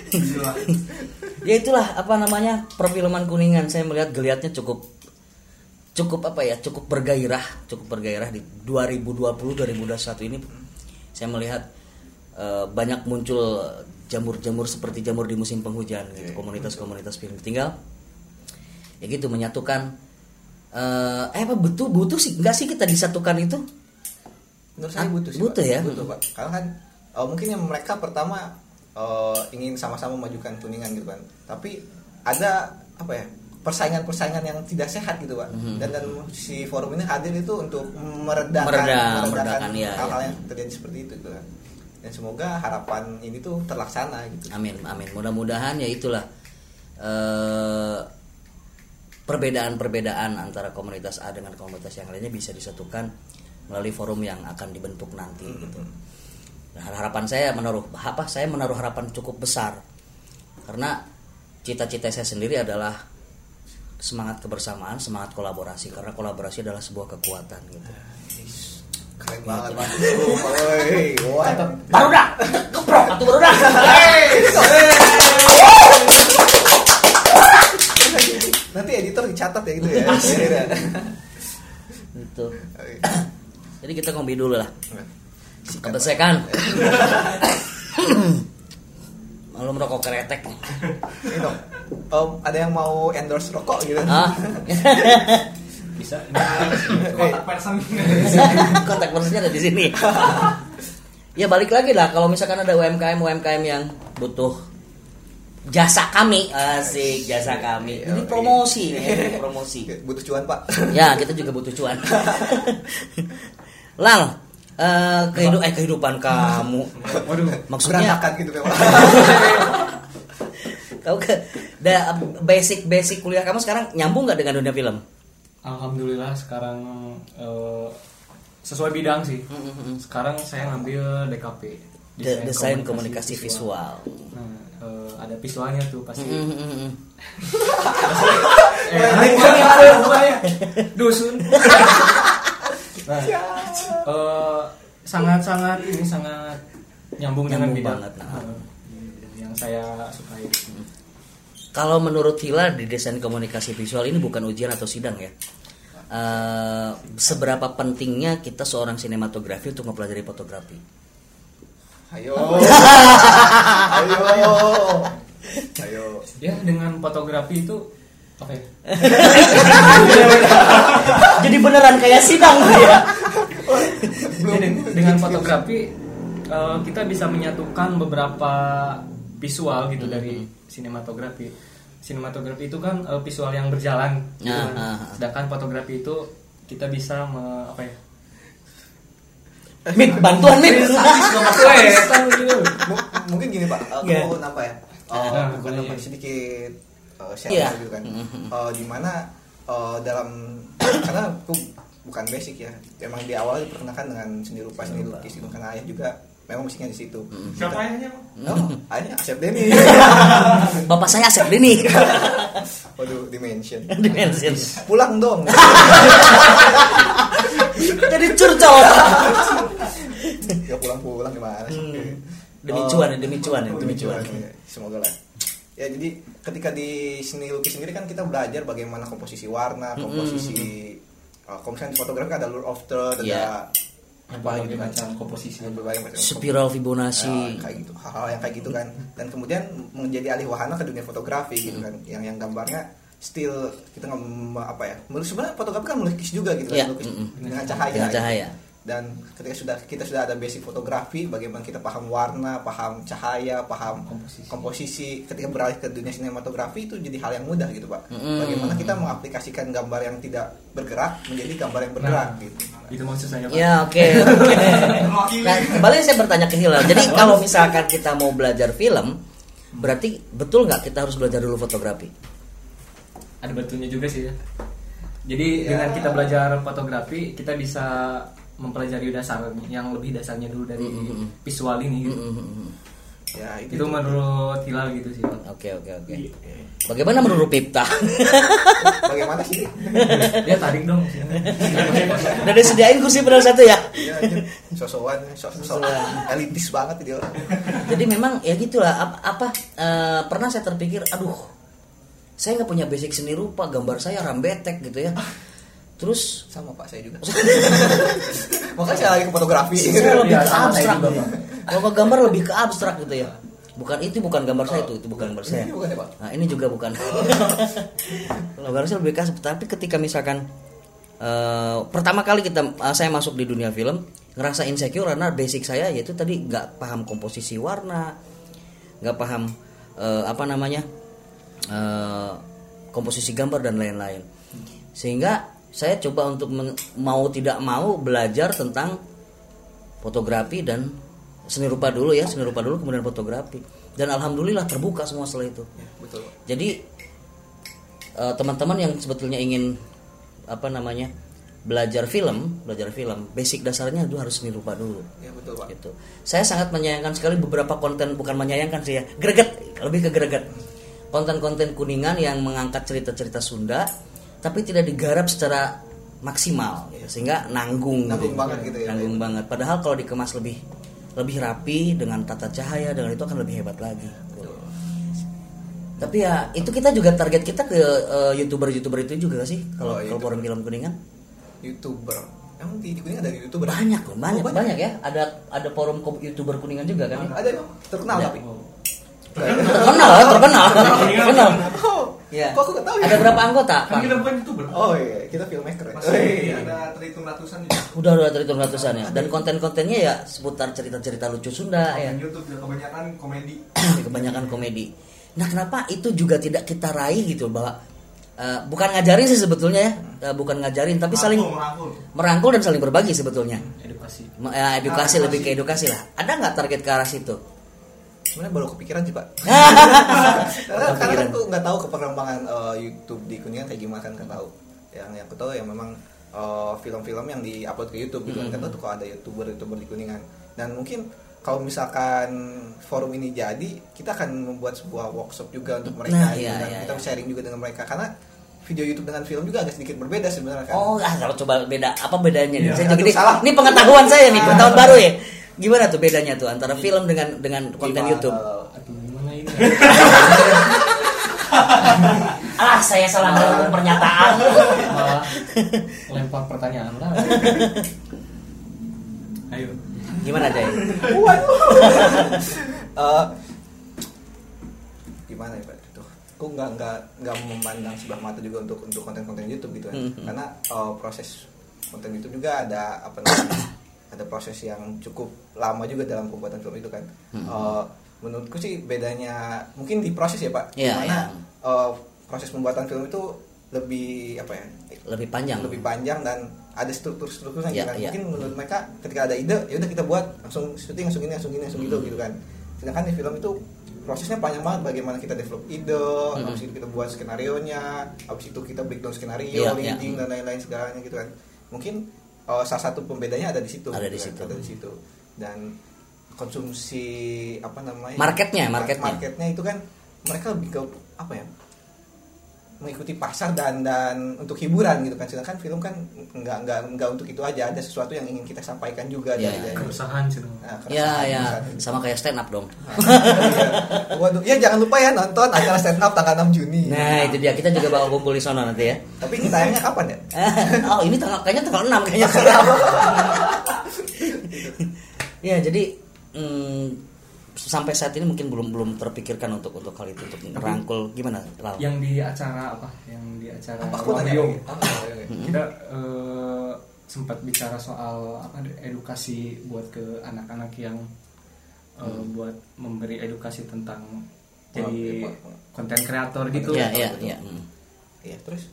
Ya itulah apa namanya perfilman Kuningan. Saya melihat geliatnya cukup cukup apa ya, cukup bergairah, cukup bergairah di dua ribu dua puluh dua ribu dua puluh satu ini. Saya melihat uh, banyak muncul jamur-jamur seperti jamur di musim penghujan gitu, komunitas-komunitas film. Tinggal ya gitu menyatukan uh, eh apa betul butuh sih enggak sih kita disatukan itu? Menurut saya butuh sih. Butuh Pak. ya. Butuh Pak. Karena kan uh, mungkin yang mereka pertama uh, ingin sama-sama memajukan Kuningan gitu kan. Tapi ada apa ya? persaingan-persaingan yang tidak sehat gitu Pak. Mm-hmm. Dan dan si forum ini hadir itu untuk meredakan Meredam, meredakan meredakan ya, hal-hal ya. yang terjadi seperti itu gitu kan. Dan semoga harapan ini tuh terlaksana gitu. Amin, amin. Mudah-mudahan ya itulah uh, perbedaan-perbedaan antara komunitas A dengan komunitas yang lainnya bisa disatukan melalui forum yang akan dibentuk nanti mm-hmm. gitu. Nah, harapan saya menaruh apa? Saya menaruh harapan cukup besar karena cita-cita saya sendiri adalah semangat kebersamaan, semangat kolaborasi, karena kolaborasi adalah sebuah kekuatan gitu. Keren banget Pak. Woi, woi. Baru dah. Geprok atuh baru dah. Nanti editor dicatat ya gitu ya. Gitu. Jadi kita ngopi dulu lah. Kebesekan. Malu merokok keretek. Ini dong. Um, ada yang mau endorse rokok gitu? Ah. Bisa. Kontak person. Kontak personnya ada di sini. Ya balik lagi lah kalau misalkan ada U M K M U M K M yang butuh jasa kami, asik jasa kami. Ini promosi nih, promosi. Butuh cuan Pak. Ya kita juga butuh cuan. Lal, uh, kehidup eh kehidupan kamu. Waduh, maksudnya berantakan gitu Pak. Kau ke da, basic basic kuliah kamu sekarang nyambung nggak dengan dunia film? Alhamdulillah sekarang uh, sesuai bidang sih. Sekarang saya ngambil D K P, Desain, Desain Komunikasi, Komunikasi Visual. Visual. Nah, uh, ada visualnya tuh pasti. Mm-hmm. eh, dusun. Nah, uh, sangat-sangat ini sangat nyambung, nyambung dengan bidang banget, nah. uh, yang saya sukai. Kalau menurut Hila di desain komunikasi visual ini bukan ujian atau sidang ya. Uh, seberapa pentingnya kita seorang sinematografi untuk mempelajari fotografi? Ayo. Ayo. Ayo. Ya dengan fotografi itu apa ya? Jadi beneran kayak sidang ya. Jadi dengan fotografi uh, kita bisa menyatukan beberapa visual gitu mm-hmm. dari sinematografi. sinematografi itu kan uh, visual yang berjalan gitu Nah, kan. ah, ah. Sedangkan fotografi itu kita bisa me, apa ya? Mip, bantuan Mip. M- mungkin gini Pak, aku Yeah. mau apa ya? Uh, Nah, bukan boleh. apa sedikit uh, share Iya. gitu kan. Mhm. Uh, di mana uh, dalam karena aku bukan basic ya. Emang di awal diperkenalkan dengan seni rupa, seni lukis itu karena ayah juga memang basicnya di situ. Siapa ayahnya? Oh, ayahnya Asep Denny. Bapak saya Asep Denny. Waduh, dimension. Dimension. Pulang dong. Jadi curcol. Ya pulang-pulang gimana sih? Hmm. Demi Oh, cuan ya, demi cuan ya, oh, demi cuan. ya. Semoga lah. Ya jadi ketika di seni lukis sendiri kan kita belajar bagaimana komposisi warna, komposisi uh, kalau misalnya di fotografi ada lure of third, Iya. ada apa Berbagai gitu kan. macam komposisi. Berbagai macam Spiral komposisi. Fibonacci. Nah, kayak gitu, hal-hal yang kayak gitu kan. Dan kemudian menjadi alih wahana ke dunia fotografi gitu kan, yang yang gambarnya still kita nggak mem- apa ya, melukis sebenarnya fotografi kan melukis juga gitu Iya, kan, melukis mm-mm. dengan cahaya. Dengan gitu. cahaya. Dan ketika sudah kita sudah ada basic fotografi, bagaimana kita paham warna, paham cahaya, paham Komposisi. komposisi, ketika beralih ke dunia sinematografi itu jadi hal yang mudah gitu Pak. Mm. Bagaimana kita mengaplikasikan gambar yang tidak bergerak menjadi gambar yang bergerak Nah. gitu. Itu maksud saya Pak. Ya oke. oke. Nah, kembali saya bertanya ke Hilal. Jadi kalau misalkan kita mau belajar film, berarti betul nggak kita harus belajar dulu fotografi? Ada betulnya juga sih ya. Jadi Ya. dengan kita belajar fotografi, kita bisa mempelajari dasar yang lebih dasarnya dulu dari Mm-hmm. visual ini gitu. Mm-hmm. Ya itu, Itu menurut Hilal gitu sih Pak. Oke oke oke. Bagaimana menurut Pipta? bagaimana sih? Dia tarik dong sini. Udah disediain kursi pedal satu ya? Ya, anjir, sosokan, sosok elitis banget dia orang. Jadi memang ya gitulah. Apa, apa eh, pernah saya terpikir, aduh, saya nggak punya basic seni rupa, gambar saya rambetek gitu ya. Terus Sama Pak saya juga. Makanya saya lagi ke fotografi. saya lebih Iya, ke sama saya abstrak juga, gitu. Pak. Kalau ke gambar lebih ke abstrak gitu ya. Bukan itu bukan gambar saya itu, itu bukan gambar saya. Ini bukan ya Pak? Nah, ini juga bukan. Kalau gambar saya lebih ke abstrak. Tapi ketika misalkan eh, pertama kali kita eh, saya masuk di dunia film, ngerasa insecure karena basic saya yaitu tadi nggak paham komposisi warna, nggak paham eh, apa namanya eh, komposisi gambar dan lain-lain. Sehingga saya coba untuk men- mau tidak mau belajar tentang fotografi dan seni rupa dulu ya, seni rupa dulu kemudian fotografi. Dan alhamdulillah terbuka semua setelah itu. Ya, betul. Pak. Jadi eh, teman-teman yang sebetulnya ingin apa namanya belajar film, belajar film, basic dasarnya itu harus seni rupa dulu. Ya betul Pak. Gitu. Saya sangat menyayangkan sekali beberapa konten, bukan menyayangkan sih ya, greget, lebih ke greget. Konten-konten Kuningan yang mengangkat cerita-cerita Sunda tapi tidak digarap secara maksimal gitu. Sehingga nanggung Nanggung banget gitu ya. Nanggung banget. Padahal kalau dikemas lebih lebih rapi dengan tata cahaya, dengan itu akan lebih hebat lagi. Gitu. Tapi ya itu kita juga target kita ke uh, youtuber-youtuber itu juga gak sih kalau Oh, kalau forum film Kuningan? YouTuber. Emang di, di Kuningan ada YouTuber? Banyak loh, banyak, Oh, banyak ya. Ada ada forum ko- youtuber Kuningan juga kan? Ada emang terkenal Ada. tapi. Terkenal, terkenal, terkenal. Oh, Ya. kok aku nggak tahu ya? Ada berapa anggota? Kan Pak? kita bukan youtuber. Oh iya, kita filmmaker ya. Masih Oh, iya. ada terhitung ratusan juga. Udah udah terhitung ratusan ya. Dan konten-kontennya ya seputar cerita-cerita lucu Sunda ya. Yang YouTube ya kebanyakan komedi. Kebanyakan komedi. Nah, kenapa itu juga tidak kita raih gitu bahwa uh, bukan ngajarin sih sebetulnya ya, uh, bukan ngajarin tapi saling merangkul. merangkul dan saling berbagi sebetulnya. Edukasi. Ma- ya, edukasi Ah, lebih ke edukasi lah. Ada nggak target ke arah situ? Sebenarnya baru kepikiran sih Pak. Karena, karena Kepikiran. aku nggak tahu perkembangan eh, YouTube di Kuningan kayak gimana kan nggak tahu. Yang yang aku tahu ya memang eh, film-film yang diupload ke YouTube gitu kan. Nggak tahu tuh kalau ada youtuber-youtuber di Kuningan. Dan mungkin kalau misalkan forum ini jadi, kita akan membuat sebuah workshop juga untuk mereka. Nah, gitu iya, kan. iya, Kita iya. sharing juga dengan mereka karena video YouTube dengan film juga agak sedikit berbeda sebenarnya kan. Oh, ah, kalau coba beda apa bedanya nih? Iya. Saya Aduh, jadi salah. ini pengetahuan saya nih, pengetahuan baru ya. Gimana tuh bedanya tuh antara film dengan dengan konten Gimana? YouTube? Aduh, gimana ini? Ah, saya salah dalam pernyataan. Malah lempar pertanyaan lah. Ayo. Gimana, Jay? Eh, gimana ya Pak? Itu aku nggak nggak nggak memandang sebelah mata juga untuk untuk konten-konten YouTube gitu kan. Mhm. Karena eh, proses konten YouTube juga ada apa namanya? Ada proses yang cukup lama juga dalam pembuatan film itu kan. Eh, menurutku sih bedanya mungkin di proses ya Pak. Iya, Dimana iya. uh, proses pembuatan film itu lebih apa ya? Lebih panjang. Lebih panjang dan ada struktur-strukturnya Ya, gitu kan. ya. Mungkin menurut mereka ketika ada ide, ya udah kita buat langsung syuting, langsung ini, langsung ini, langsung gitu Hmm. gitu kan. Sedangkan di film itu prosesnya panjang banget, bagaimana kita develop ide, Hmm. habis itu kita buat skenario-nya, habis itu kita breakdown skenario, Ya, ya. leading dan lain-lain segalanya gitu kan. Mungkin uh, salah satu pembedanya ada di situ. Ada gitu di kan. situ. Ada di situ. Dan konsumsi apa namanya? Marketnya, marketnya. Marketnya itu kan mereka lebih ke apa ya? Mengikuti pasar dan dan untuk hiburan gitu kan. Sedangkan film kan nggak nggak nggak untuk itu aja, ada sesuatu yang ingin kita sampaikan juga Ya, dari- dari- Keresahan sih. Nah, Ya keresahan, ya, keresahan. sama kayak stand up dong. Iya. Waduh, ya jangan lupa ya nonton acara stand up tanggal enam Juni. Nah, itu dia, kita juga bakal kumpul di sana nanti ya. Tapi ini tayangnya kapan ya? Oh, ini tanggal kayaknya tanggal enam kayaknya. Ya, jadi mm, sampai saat ini mungkin belum belum terpikirkan untuk untuk hal itu, untuk merangkul gimana, Lal? Yang di acara apa? Yang di acara Apa aku tanya? Romeo. Ah, iya, iya. Kita eh, sempat bicara soal apa edukasi buat ke anak-anak yang eh, buat memberi edukasi tentang jadi Pak, Pak. konten kreator gitu. Iya, iya, iya. mm. Iya, terus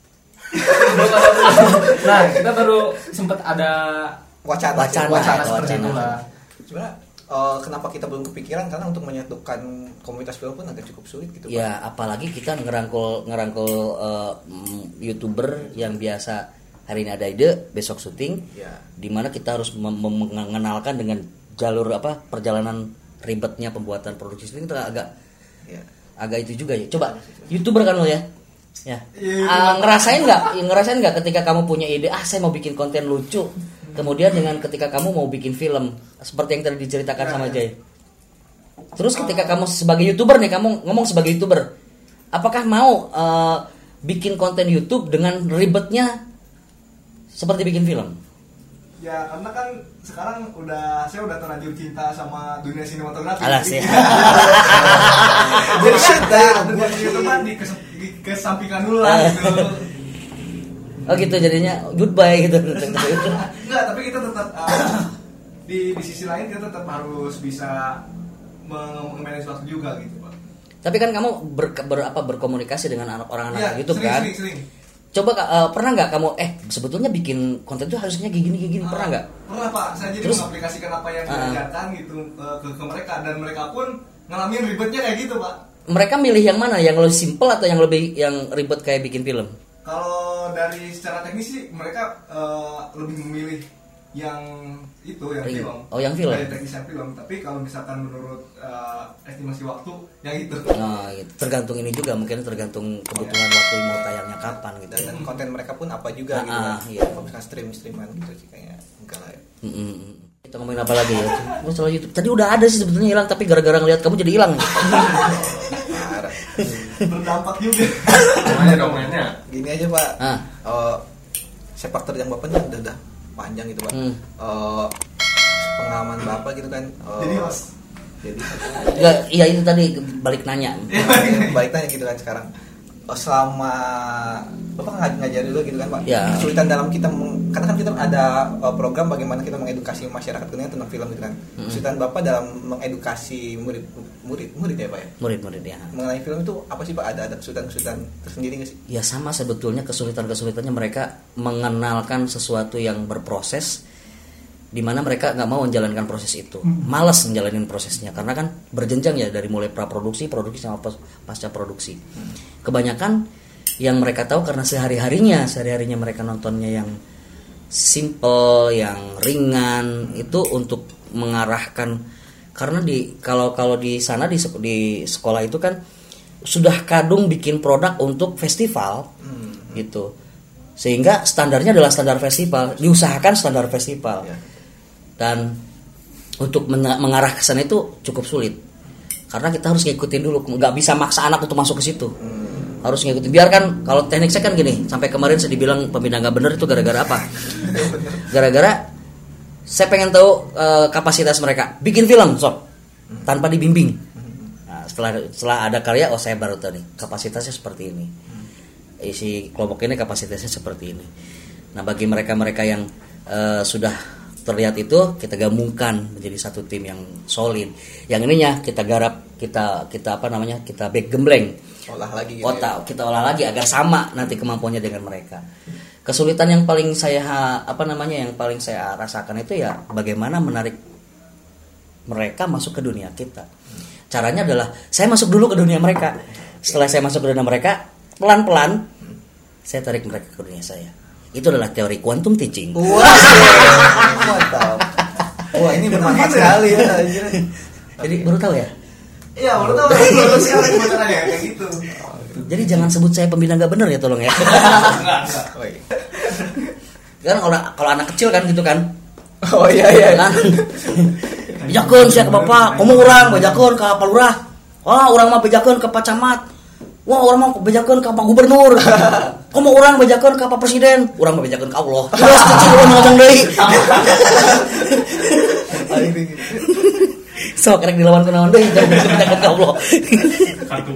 Nah, kita baru sempat ada wacana Wacana, wacana seperti wacana. itulah. Sebenarnya eh, kenapa kita belum kepikiran, karena untuk menyatukan komunitas film pun agak cukup sulit gitu Pak. Ya, apalagi kita ngerangkul ngerangkul eh, mm, YouTuber yang biasa hari ini ada ide, besok syuting. Ya. Dimana kita harus mem- mem- mengenalkan dengan jalur apa perjalanan ribetnya pembuatan produksi itu agak Ya. agak itu juga ya. Coba YouTuber kan lo ya. Ya. Iya, Ah, ngerasain nggak? Ngerasain nggak ketika kamu punya ide, ah saya mau bikin konten lucu. Kemudian dengan ketika kamu mau bikin film seperti yang tadi diceritakan sama Jay. Terus ketika kamu sebagai YouTuber nih, kamu ngomong sebagai YouTuber, apakah mau eh, bikin konten YouTube dengan ribetnya seperti bikin film? Ya karena kan sekarang udah saya udah terlanjur cinta sama dunia sinematografi. Alas Jadi- ya. Jadi kan Shit, ya. dunia itu kan dikes- dikesampingkan dulu lah gitu. Oh gitu, jadinya goodbye gitu. Enggak, tapi kita tetap uh, di di sisi lain kita tetap harus bisa mengemanage waktu juga gitu, Pak. Tapi kan kamu ber, ber- apa, berkomunikasi dengan anak orang anak Iya, YouTube sering, kan? Sering, sering. Coba Kak, eh, pernah nggak kamu eh sebetulnya bikin konten itu harusnya kayak gini kayak gini, pernah nggak? Pernah, Pak. Saya jadi Terus? mengaplikasikan apa yang Ah. diajarkan gitu uh, ke, ke mereka dan mereka pun ngalamin ribetnya kayak gitu, Pak. Mereka milih yang mana? Yang lebih simple atau yang lebih yang ribet kayak bikin film? Kalau dari secara teknis sih mereka uh, lebih memilih yang itu yang Iya. film. Oh, yang film. Dari teknis yang film. Tapi kalau misalkan menurut uh, estimasi waktu yang itu. Nah, gitu. Tergantung ini juga, mungkin tergantung kebutuhan waktu mau tayangnya kapan gitu. Dan, Ya. dan konten mereka pun apa juga Ah, gitu kan. ah, iya. Kalau misalkan stream-streaman gitu sih kayaknya enggak lah ya. Mm, mm, mm. Kita ngomongin apa lagi ya? Masalah YouTube. Tadi udah ada sih sebetulnya hilang, tapi gara-gara ngeliat kamu jadi hilang. Parah. Berdampak juga. Namanya dokumennya. Gini aja Pak. Ah. Eh, sepak terjang Bapak kan udah, udah panjang gitu Pak. Hmm. Eh, pengalaman Bapak gitu kan. eh, Jadi Mas, jadi Enggak, iya itu tadi balik nanya. balik tanya gitu kan sekarang. Eh, selama Bapak ngaj- ngajar dulu gitu kan Pak. Ya. Kesulitan dalam kita meng- karena kan kita ada eh, program bagaimana kita mengedukasi masyarakat dunia tentang film gitu kan. Hmm. Kesulitan Bapak dalam mengedukasi murid murid murid ya Pak ya. Murid-murid ya. Mengenai film itu apa sih Pak? Ada ada kesulitan-kesulitan tersendiri nggak sih? Ya sama sebetulnya kesulitan-kesulitannya mereka mengenalkan sesuatu yang berproses, di mana mereka nggak mau menjalankan proses itu, malas menjalani prosesnya karena kan berjenjang ya dari mulai praproduksi, produksi sama pas- pasca produksi. Kebanyakan yang mereka tahu karena sehari-harinya, sehari-harinya mereka nontonnya yang simple, yang ringan itu untuk mengarahkan, karena di kalau kalau di sana di sek- di sekolah itu kan sudah kadung bikin produk untuk festival gitu, sehingga standarnya adalah standar festival, diusahakan standar festival. Ya. Dan untuk men- mengarah ke sana itu cukup sulit karena kita harus ngikutin dulu, nggak bisa maksa anak untuk masuk ke situ. Harus ngikutin, biarkan kalau teknik saya kan gini, sampai kemarin saya dibilang pembina nggak bener itu gara-gara apa? Gara-gara saya pengen tahu eh, kapasitas mereka bikin film sob tanpa dibimbing. Nah, setelah setelah ada karya, oh saya baru tahu nih kapasitasnya seperti ini, isi kelompok ini kapasitasnya seperti ini. Nah bagi mereka-mereka yang eh, sudah terlihat itu, kita gabungkan menjadi satu tim yang solid. Yang ininya kita garap kita kita apa namanya kita back gembleng, olah lagi gitu otak kita olah lagi agar sama nanti kemampuannya dengan mereka. Kesulitan yang paling saya apa namanya yang paling saya rasakan itu ya bagaimana menarik mereka masuk ke dunia kita. Caranya adalah saya masuk dulu ke dunia mereka. Setelah saya masuk ke dunia mereka, pelan-pelan saya tarik mereka ke dunia saya. Itu adalah teori quantum teaching. Wah, mantap. Wah, ini bermanfaat sekali ya. Jadi baru tahu ya? Iya, baru tahu. Baru siapa yang caranya kayak gitu. Jadi jangan sebut saya pembina nggak benar ya, tolong ya. Enggak, enggak. Kan kalau kalau anak kecil kan gitu kan. Oh iya iya. Kan. Bejakeun sia ka bapak, komo urang bejakeun ka Pak Lurah. Wah, urang mah bejakeun ka Pak Camat. Wah, urang mah bejakeun ka Pak Gubernur. Komo urang bejakeun ka Pak Presiden. Urang mah bejakeun ka Allah. Terus cicing urang ngajang deui. So kerek dilawan ku naon deui jangan bejakeun ka Allah. Kartu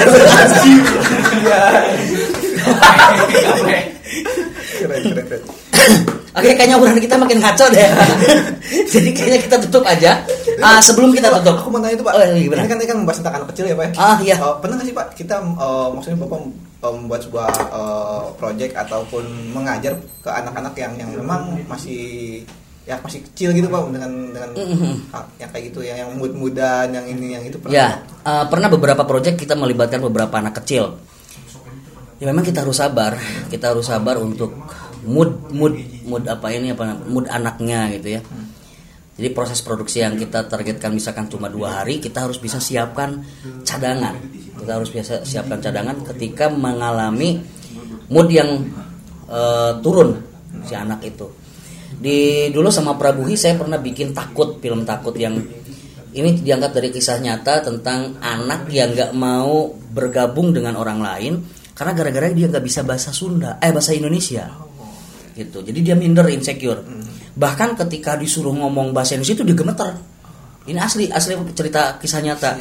Keren keren keren. Oke, kayaknya obrolan kita makin ngaco deh. Jadi kayaknya kita tutup aja. Ah, sebelum kita tutup, Aku mau tanya itu Pak. Oh, iya, gimana? Ini kan tadi kan membahas tentang anak kecil ya Pak. ya? Ah, iya. Uh, pernah nggak sih Pak kita uh, maksudnya Bapak uh, membuat sebuah uh, project ataupun mengajar ke anak-anak yang yang memang masih ya masih kecil gitu Pak dengan dengan Mhm. ah, yang kayak gitu ya yang muda yang ini yang itu pernah. Ya, uh, pernah beberapa proyek kita melibatkan beberapa anak kecil. Ya memang kita harus sabar, kita harus sabar untuk mood mood mood apa ini apa mood anaknya gitu ya. Jadi proses produksi yang kita targetkan misalkan cuma dua hari, kita harus bisa siapkan cadangan. Kita harus bisa siapkan cadangan ketika mengalami mood yang uh, turun si anak itu. Di dulu sama Prabuhi saya pernah bikin takut, film takut yang ini diangkat dari kisah nyata tentang anak yang nggak mau bergabung dengan orang lain karena gara-gara dia nggak bisa bahasa Sunda, eh bahasa Indonesia, gitu. Jadi dia minder, insecure. Bahkan ketika disuruh ngomong bahasa Indonesia itu dia gemeter. Ini asli, asli cerita kisah nyata.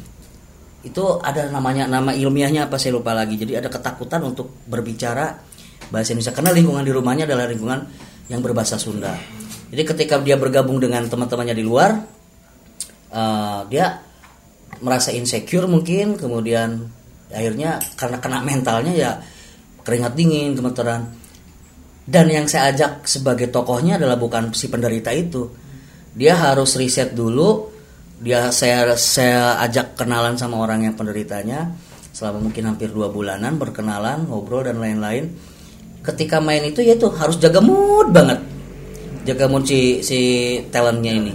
Itu ada namanya, nama ilmiahnya apa saya lupa lagi. Jadi ada ketakutan untuk berbicara bahasa Indonesia karena lingkungan di rumahnya adalah lingkungan yang berbahasa Sunda. Jadi ketika dia bergabung dengan teman-temannya di luar, uh, dia merasa insecure mungkin, kemudian akhirnya karena kena mentalnya ya keringat dingin, gemeteran. Dan yang saya ajak sebagai tokohnya adalah bukan si penderita itu. Dia harus riset dulu. Dia saya saya ajak kenalan sama orang yang penderitanya selama mungkin hampir dua bulanan, berkenalan, ngobrol dan lain-lain. Ketika main itu ya itu harus jaga mood banget. Jaga mood si si talentnya ini.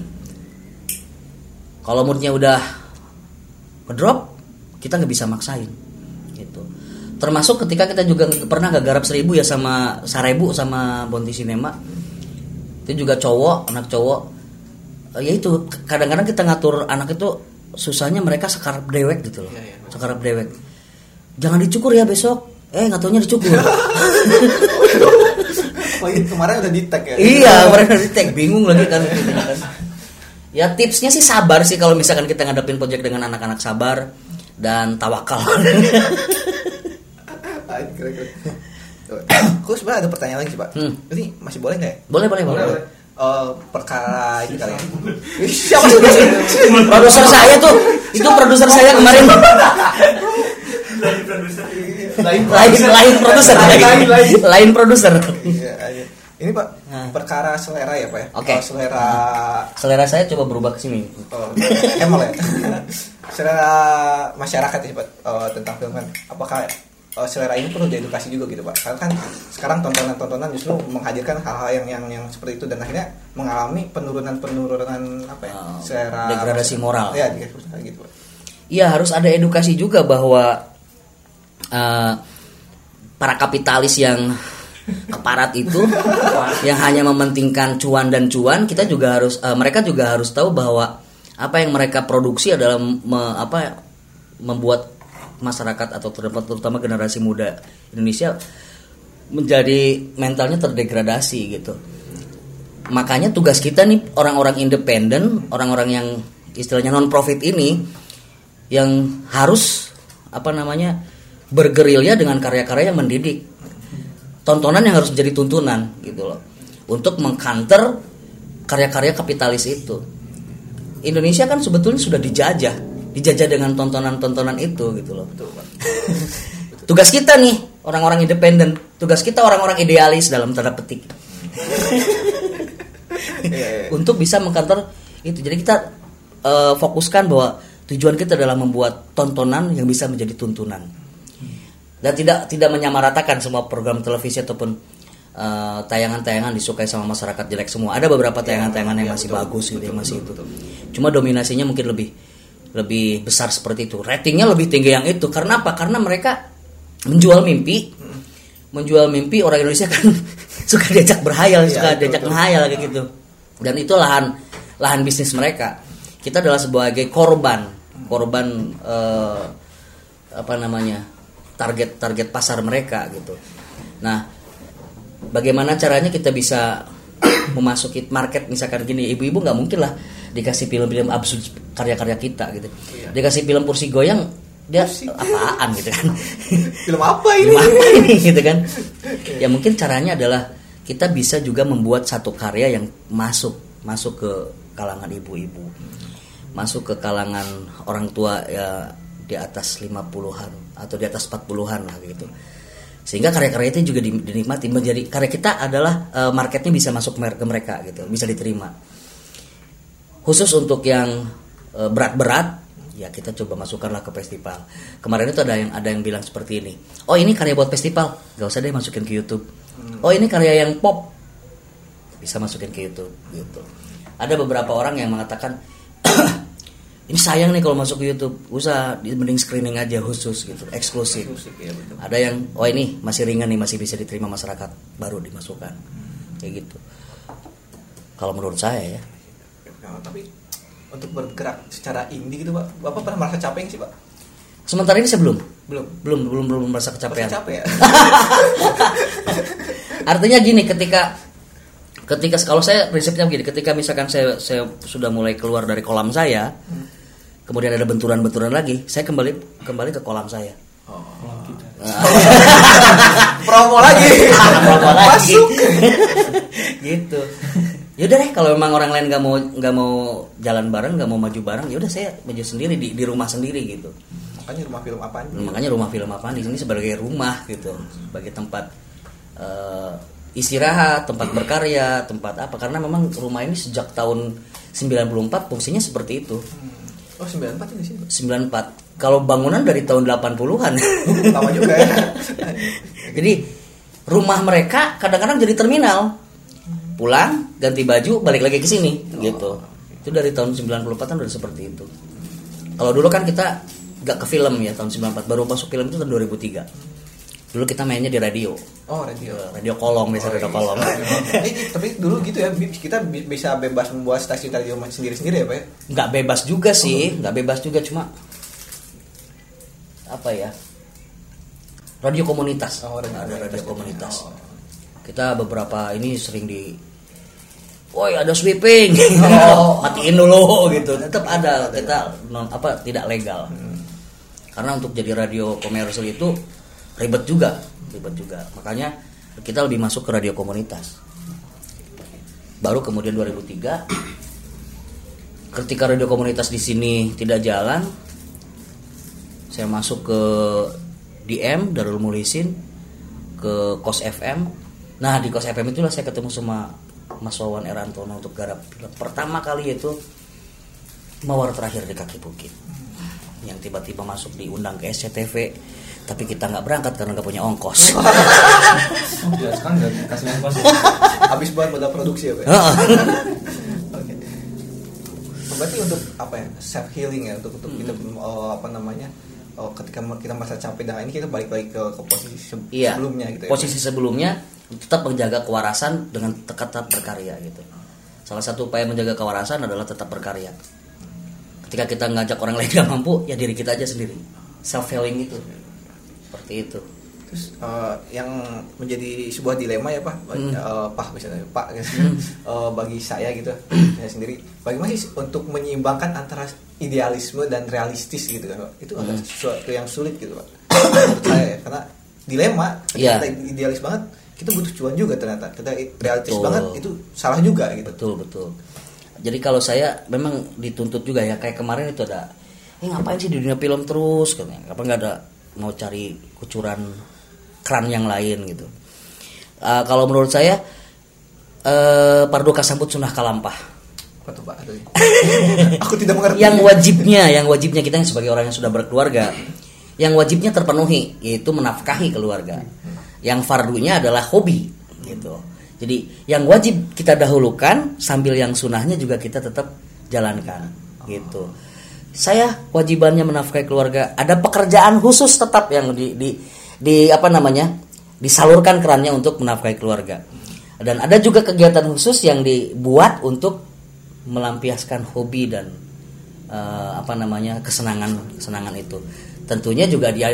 Kalau moodnya udah ngedrop, kita nggak bisa maksain gitu. Termasuk ketika kita juga pernah gak garap seribu ya sama Sarebu sama Bonti Cinema. Itu juga cowok, anak cowok. Ya itu kadang-kadang kita ngatur anak itu susahnya mereka sekarap dewek gitu loh. Ya, ya, sekarap dewek. Jangan dicukur ya besok. Eh nggak taunya dicukur. Oh, kemarin udah di tag ya. Iya, kemarin udah di tag, bingung lagi kan. Ya tipsnya sih sabar sih kalau misalkan kita ngadepin proyek dengan anak-anak, sabar dan tawakal. Aku sebenarnya ada pertanyaan lagi sih Pak. Hmm. Ini masih boleh nggak ya? Boleh, boleh, boleh. boleh. Uh, perkara ini kali ya. Siapa sih? Produser saya tuh, itu produser saya kemarin. Lain lain lain produser, lain lain. Lain produser. Iya, iya. Ini Pak, Nah. perkara selera ya Pak ya? Oke. Oh, selera Selera saya coba berubah ke sini. oh, emang ya. Selera masyarakat ya Pak uh, tentang film kan. Apakah uh, selera ini perlu diedukasi juga gitu Pak? Karena kan sekarang tontonan-tontonan justru menghadirkan hal-hal yang yang yang seperti itu dan akhirnya mengalami penurunan-penurunan apa ya? Oh, selera degradasi moral. Iya, degradasi gitu Pak. Iya, harus ada edukasi juga bahwa uh, para kapitalis yang keparat itu yang hanya mementingkan cuan dan cuan, kita juga harus uh, mereka juga harus tahu bahwa apa yang mereka produksi adalah me, apa membuat masyarakat atau terutama generasi muda Indonesia menjadi mentalnya terdegradasi gitu. Makanya tugas kita nih orang-orang independen, orang-orang yang istilahnya non profit ini yang harus apa namanya bergerilya dengan karya-karya yang mendidik. Tontonan yang harus menjadi tuntunan gitu loh. Untuk mengcounter karya-karya kapitalis itu. Indonesia kan sebetulnya sudah dijajah dijajah dengan tontonan-tontonan itu gitu loh. Betul, Pak. Tugas kita nih orang-orang independen, tugas kita orang-orang idealis dalam tanda petik. Untuk bisa mengkantor itu. Jadi kita uh, fokuskan bahwa tujuan kita adalah membuat tontonan yang bisa menjadi tuntunan. Dan tidak tidak menyamaratakan semua program televisi ataupun uh, tayangan-tayangan disukai sama masyarakat jelek semua. Ada beberapa tayangan-tayangan yang masih bagus gitu, yang masih itu. Cuma dominasinya mungkin lebih lebih besar seperti itu. Ratingnya lebih tinggi yang itu. Karena apa? Karena mereka menjual mimpi. Menjual mimpi orang Indonesia kan suka diajak berhayal, ya, suka diajak menghayal kayak gitu. Dan itu lahan lahan bisnis mereka. Kita adalah sebagai korban, korban eh, apa namanya? target-target pasar mereka gitu. Nah, bagaimana caranya kita bisa memasuki market misalkan gini, ibu-ibu nggak mungkin lah dikasih film-film absurd karya-karya kita gitu. Iya. Dikasih film kursi goyang dia kursi. Apaan gitu kan. Film apa ini? Film apa ini gitu kan. Ya mungkin caranya adalah kita bisa juga membuat satu karya yang masuk masuk ke kalangan ibu-ibu. Masuk ke kalangan orang tua ya di atas lima puluhan atau di atas empat puluhan lah gitu. Sehingga karya-karya itu juga dinikmati, menjadi karya kita adalah uh, marketnya bisa masuk ke mereka gitu, bisa diterima. Khusus untuk yang uh, berat-berat ya kita coba masukkanlah ke festival. Kemarin itu ada yang ada yang bilang seperti ini. Oh, ini karya buat festival, enggak usah deh masukin ke YouTube. Oh, ini karya yang pop. Bisa masukin ke YouTube gitu. Ada beberapa orang yang mengatakan ini sayang nih kalau masuk ke YouTube, usah mending screening aja khusus gitu, eksklusif. Ya, ada yang, oh ini masih ringan nih, masih bisa diterima masyarakat, baru dimasukkan, kayak gitu. Kalau menurut saya ya. Nah, tapi untuk bergerak secara indie gitu, Pak, Bapak pernah merasa capek sih, Pak? Sementara ini saya belum, belum, belum, belum, belum merasa kecapean. Merasa capek ya? Artinya gini, ketika ketika kalau saya prinsipnya begini, ketika misalkan saya saya sudah mulai keluar dari kolam saya. Hmm. Kemudian ada benturan-benturan lagi, saya kembali kembali ke kolam saya. Oh, kita. Promo lagi. Promo lagi. Gitu. Yaudah deh, kalau memang orang lain nggak mau nggak mau jalan bareng, nggak mau maju bareng, yaudah saya maju sendiri di di rumah sendiri gitu. Makanya rumah film apaan? Makanya rumah film apaan di sini sebagai rumah gitu, sebagai tempat uh, istirahat, tempat berkarya, tempat apa? Karena memang rumah ini sejak tahun sembilan puluh empat fungsinya seperti itu. Oh, sembilan puluh empat ini sih. sembilan puluh empat. Kalau bangunan dari tahun delapan puluhan. Lama juga ya. Jadi rumah mereka kadang-kadang jadi terminal. Pulang, ganti baju, balik lagi ke sini oh. gitu. Itu dari tahun sembilan puluh empat kan udah seperti itu. Kalau dulu kan kita gak ke film ya tahun sembilan puluh empat, baru masuk film itu tahun dua ribu tiga. Dulu kita mainnya di radio. Oh, radio. Radio kolong, biasa oh, radio kolong. Eh, tapi dulu gitu ya, kita bisa bebas membuat stasiun radio sendiri-sendiri ya, Pak ya? Nggak bebas juga sih, nggak bebas juga, cuma apa ya? Radio komunitas. Oh, radio, radio, radio komunitas. Oh. Kita beberapa ini sering di woi, ada sweeping. Oh. Matiin dulu gitu. Tetap ada, kita non apa tidak legal. Hmm. Karena untuk jadi radio komersial itu ribet juga, ribet juga. Makanya kita lebih masuk ke radio komunitas. Baru kemudian dua ribu tiga, ketika radio komunitas di sini tidak jalan, saya masuk ke D M Darul Mulisin, ke Kos F M. Nah di Kos F M itulah saya ketemu sama Mas Wawan Erantono untuk garap pertama kali itu Mawar Terakhir di Kaki Bukit, yang tiba-tiba masuk diundang ke S C T V. Tapi kita nggak berangkat karena nggak punya ongkos. Oh, ya, sekarang nggak kasih ongkos. Habis buat modal produksi ya, Pak. Oke. Berarti untuk apa ya? Self healing ya, untuk untuk kita oh, apa namanya? Oh, ketika kita merasa capek dengan ini kita balik lagi ke, ke posisi se- iya, sebelumnya gitu ya. Posisi Pak? Sebelumnya tetap menjaga kewarasan dengan tetap berkarya gitu. Salah satu upaya menjaga kewarasan adalah tetap berkarya. Ketika kita ngajak orang lain nggak mampu, ya diri kita aja sendiri. Self healing itu. Seperti itu. Terus uh, yang menjadi sebuah dilema ya Pak, hmm. uh, Pak misalnya Pak hmm. uh, bagi saya gitu, saya sendiri, bagaimana sih untuk menyeimbangkan antara idealisme dan realistis gitu kan Pak? Itu hmm. agak sesuatu yang sulit gitu Pak. Menurut saya ya, karena dilema, yeah. kita idealis banget, kita butuh cuan juga ternyata. Kita realistis betul. Banget itu salah juga gitu. Betul betul. Jadi kalau saya memang dituntut juga ya, kayak kemarin itu ada eh ngapain sih di dunia film terus katanya, apa nggak ada mau cari kucuran keran yang lain gitu. Uh, kalau menurut saya uh, pardu kasambut sunah kalampah. Apa tuh Pak? Aduh. Aku tidak mengerti. Yang wajibnya, yang wajibnya kita yang sebagai orang yang sudah berkeluarga, yang wajibnya terpenuhi yaitu menafkahi keluarga. Yang fardunya adalah hobi gitu. Jadi yang wajib kita dahulukan sambil yang sunahnya juga kita tetap jalankan gitu. Saya wajibannya menafkahi keluarga, ada pekerjaan khusus tetap yang di, di, di apa namanya disalurkan kerannya untuk menafkahi keluarga. Dan ada juga kegiatan khusus yang dibuat untuk melampiaskan hobi dan uh, apa namanya kesenangan kesenangan itu. Tentunya juga dia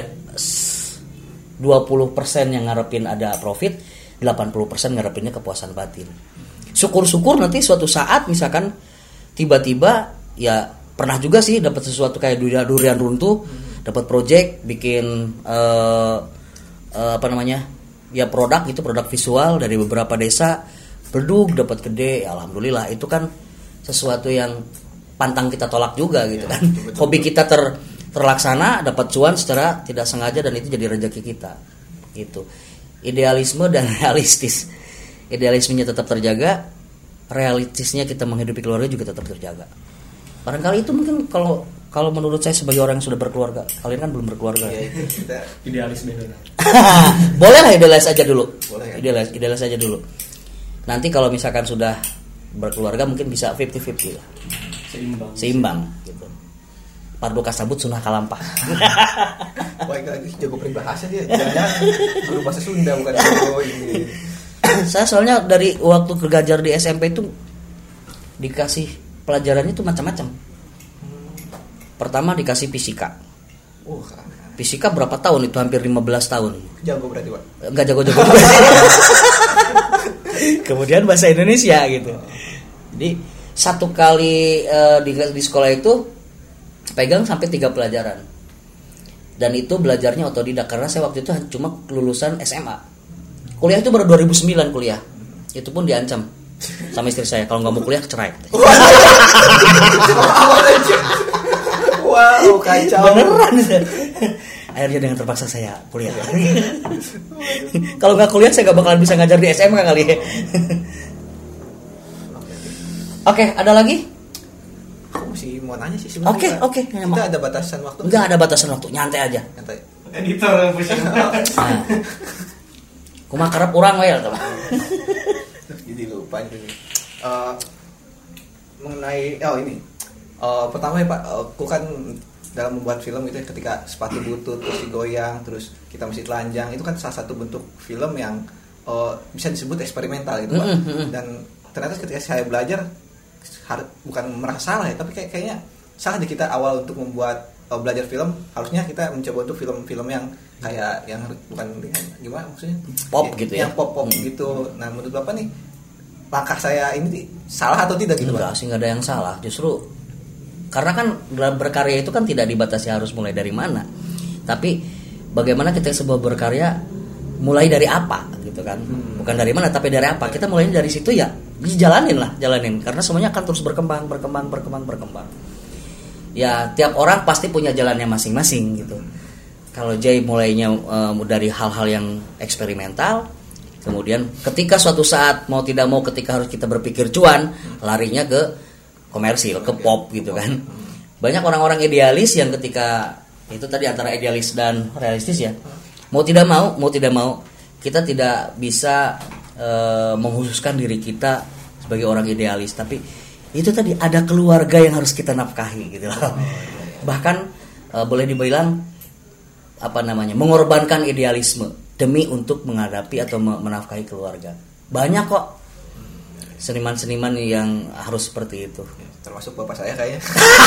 dua puluh persen yang ngarepin ada profit, delapan puluh persen ngarepinnya kepuasan batin. Syukur-syukur nanti suatu saat misalkan tiba-tiba ya pernah juga sih dapat sesuatu kayak durian, durian runtuh, dapat project bikin uh, uh, apa namanya ya produk itu produk visual dari beberapa desa, berdug dapat gede, alhamdulillah itu kan sesuatu yang pantang kita tolak juga gitu kan. Ya, betul, hobi kita ter, terlaksana, dapat cuan secara tidak sengaja dan itu jadi rezeki kita. Gitu. Idealisme dan realistis. Idealismenya tetap terjaga, realistisnya kita menghidupi keluarga juga tetap terjaga. Barangkali itu mungkin kalau kalau menurut saya sebagai orang yang sudah berkeluarga, kalian kan belum berkeluarga. Ya, kita idealis bener. Boleh lah idealis aja dulu. Boleh, ya? Idealis, idealis aja dulu. Nanti kalau misalkan sudah berkeluarga mungkin bisa lima puluh lima puluh lah. Seimbang. Seimbang gitu. Pardu kasambut sunah kalampah. Wah, lagi jago peribahasa dia. Jangan guru bahasa Sunda bukan guru ini. Saya soalnya dari waktu kergajar di S M P itu dikasih pelajarannya itu macam-macam. Pertama dikasih fisika. Uh, fisika berapa tahun itu? Hampir lima belas tahun. Jago berarti, Pak. Enggak jago-jago. Kemudian bahasa Indonesia gitu. Jadi satu kali uh, di, di sekolah itu pegang sampai tiga pelajaran. Dan itu belajarnya otodidak karena saya waktu itu cuma lulusan S M A. Kuliah itu baru dua ribu sembilan kuliah. Itu pun diancam sama istri saya kalau nggak mau kuliah cerai. Wow, kacau. Beneran. Akhirnya dengan terpaksa saya kuliah. Kalau nggak kuliah saya nggak bakalan bisa ngajar di S M A kali ya. Oke, ada lagi? Aku masih mau nanya sih sebenarnya. Oke, oke. Kita ada batasan waktu? Enggak ada batasan waktu, nyantai aja. Nyantai. Editor yang pusing. Nah. Kumaha kerep urang we teman. Jadi lupa ini. Uh, mengenai oh ini. Uh, pertama ya Pak, aku kan dalam membuat film itu ketika sepatu butut terus digoyang terus kita mesti telanjang itu kan salah satu bentuk film yang uh, bisa disebut eksperimental gitu Pak. Mm-hmm. Dan ternyata ketika saya belajar har- bukan merasa salah ya, tapi kayak kayaknya salah di kita awal untuk membuat uh, belajar film, harusnya kita mencoba untuk film-film yang kayak yang bukan gimana maksudnya pop ya, gitu ya, yang pop-pop hmm. gitu. Nah menurut Bapak nih langkah saya ini salah atau tidak gitu enggak Pak? sih, enggak ada yang salah, justru karena kan dalam berkarya itu kan tidak dibatasi harus mulai dari mana, tapi bagaimana kita sebuah berkarya mulai dari apa gitu kan, hmm. bukan dari mana tapi dari apa. Kita mulainya dari situ ya, dijalanin lah, jalanin karena semuanya akan terus berkembang, berkembang, berkembang, berkembang. Ya tiap orang pasti punya jalannya masing-masing gitu. Kalau Jay mulainya uh, dari hal-hal yang eksperimental, kemudian ketika suatu saat mau tidak mau ketika harus kita berpikir cuan, larinya ke komersil, ke pop gitu kan. Banyak orang-orang idealis yang ketika itu tadi antara idealis dan realistis ya. Mau tidak mau, mau tidak mau kita tidak bisa e, menghususkan diri kita sebagai orang idealis, tapi itu tadi ada keluarga yang harus kita nafkahi gitu loh. Bahkan e, boleh dibilang apa namanya? mengorbankan idealisme demi untuk menghadapi atau menafkahi keluarga. Banyak kok seniman-seniman yang harus seperti itu. Termasuk bapak saya kayaknya.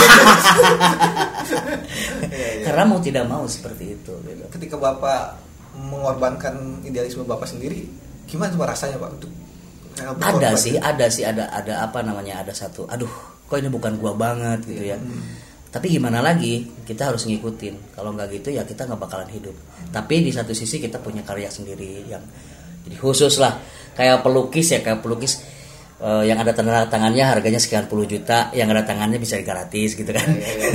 Karena mau tidak mau seperti itu gitu. Ketika Bapak mengorbankan idealisme Bapak sendiri, gimana tuh rasanya Pak untuk ada sih, ada sih ada ada apa namanya ada satu, aduh kok ini bukan gua banget gitu ya. Hmm. Tapi gimana lagi, kita harus ngikutin. Kalau nggak gitu ya kita nggak bakalan hidup. Tapi di satu sisi kita punya karya sendiri yang jadi khusus lah. Kayak pelukis ya, kayak pelukis uh, yang ada tanda tangannya harganya sekian puluh juta, yang ada tangannya bisa gratis gitu kan.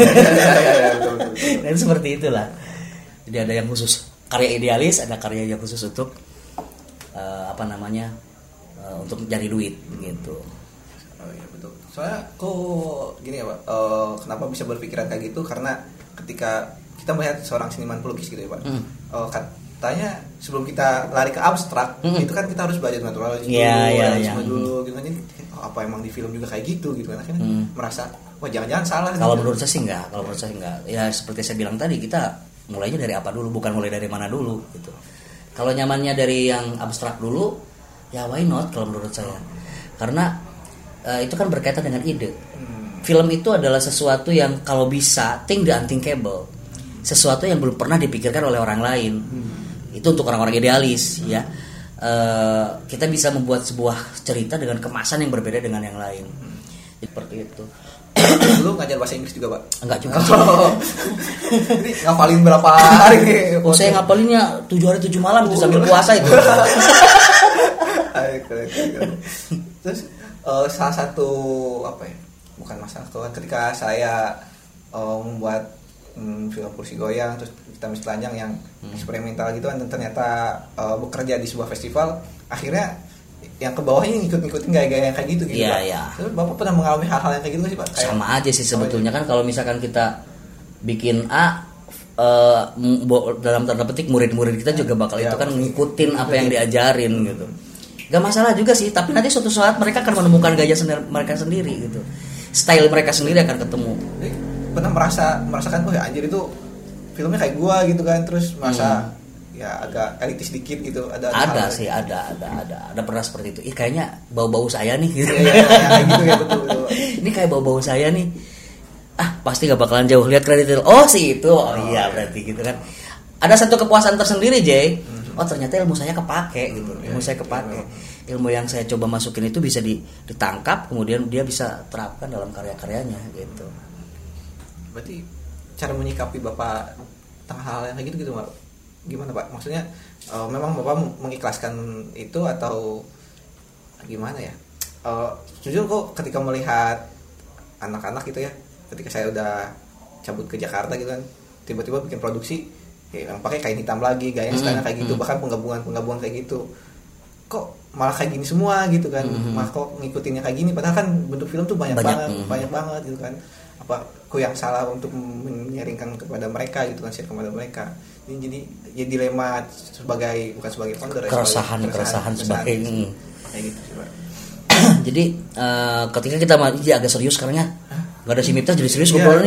Dan seperti itulah. Jadi ada yang khusus karya idealis, ada karya yang khusus untuk uh, apa namanya uh, untuk mencari duit gitu. Oh iya betul. Soalnya kok gini ya Pak, uh, kenapa bisa berpikiran kayak gitu? Karena ketika kita melihat seorang seniman pelukis gitu ya Pak, hmm. uh, katanya sebelum kita lari ke abstrak, hmm. itu kan kita harus belajar naturalisme yeah, dulu, yeah, realisme yeah. dulu gitu kan. Jadi oh, apa emang di film juga kayak gitu gitu kan? Akhirnya hmm. merasa wah jangan-jangan salah. Kalau gitu. menurut saya sih enggak, kalau menurut saya enggak. Ya seperti saya bilang tadi, kita mulainya dari apa dulu, bukan mulai dari mana dulu gitu. Kalau nyamannya dari yang abstrak dulu, ya why not kalau menurut saya. Karena uh, itu kan berkaitan dengan ide. Hmm. Film itu adalah sesuatu yang kalau bisa think the unthinkable. Sesuatu yang belum pernah dipikirkan oleh orang lain. Hmm. Itu untuk orang-orang idealis hmm. ya. Uh, kita bisa membuat sebuah cerita dengan kemasan yang berbeda dengan yang lain. Hmm. Seperti itu. Dulu ngajar bahasa Inggris juga Pak? Enggak juga. Oh. Jadi ngapalin berapa hari nih? Oh, saya ngapalinnya tujuh hari tujuh malam itu sambil puasa itu. Terus uh, salah satu apa ya? Bukan masalah tuh ketika saya uh, membuat um, film Kursi Goyang terus kita telanjang yang hmm. eksperimental gitu kan, dan ternyata uh, bekerja di sebuah festival, akhirnya yang ke bawahnya ngikut-ngikutin gaya-gaya yang kayak gitu gitu. Iya, Pak. iya. Terus Bapak pernah mengalami hal-hal yang kayak gitu sih Pak? Kayak, sama aja sih sebetulnya kan, kalau misalkan kita bikin A, uh, dalam tanda petik murid-murid kita juga bakal ya, itu kan ngikutin apa yang diajarin gitu. Gak masalah juga sih, tapi nanti suatu saat mereka akan menemukan gaya sendiri, mereka sendiri gitu. Style mereka sendiri akan ketemu. Jadi, pernah merasa merasakan oh ya anjir itu filmnya kayak gua gitu kan, terus merasa hmm. ya agak elitis dikit gitu. Ada ada sih yang... ada ada ada ada pernah seperti itu. Ih kayaknya bau-bau saya nih gitu. Ya, ya, ya, kayak gitu ya betul betul. Ini kayak bau-bau saya nih. Ah pasti gak bakalan jauh, lihat kredit. Oh sih itu. Oh, oh iya berarti gitu kan. Ada satu kepuasan tersendiri Jay. Hmm. Oh ternyata ilmu saya kepake gitu. Ilmu ya, saya kepake. Ya, ilmu yang saya coba masukin itu bisa ditangkap, kemudian dia bisa terapkan dalam karya-karyanya gitu. Berarti cara menyikapi Bapak tentang hal yang kayak gitu gitu Pak, gimana Pak? Maksudnya uh, memang Bapak mengikhlaskan itu atau gimana ya? Uh, jujur kok ketika melihat anak-anak gitu ya, ketika saya udah cabut ke Jakarta gitu kan, tiba-tiba bikin produksi ya, yang pakai kain hitam lagi, gaya hmm, kayak gitu, hmm. bahkan penggabungan-penggabungan kayak gitu, kok malah kayak gini semua gitu kan, hmm. malah kok ngikutinnya kayak gini, padahal kan bentuk film tuh banyak, banyak banget, hmm. banyak banget gitu kan. Apa aku yang salah untuk menyaringkan kepada mereka gitu kan, share kepada mereka. Ini jadi ya dilema sebagai bukan sebagai founder, keresahan ya, keresahan sebagai hmm. kayak gitu sih Pak. Jadi uh, ketika kita ya agak serius sekarang ya, nggak ada si Miftah jadi serius ngobrol nih.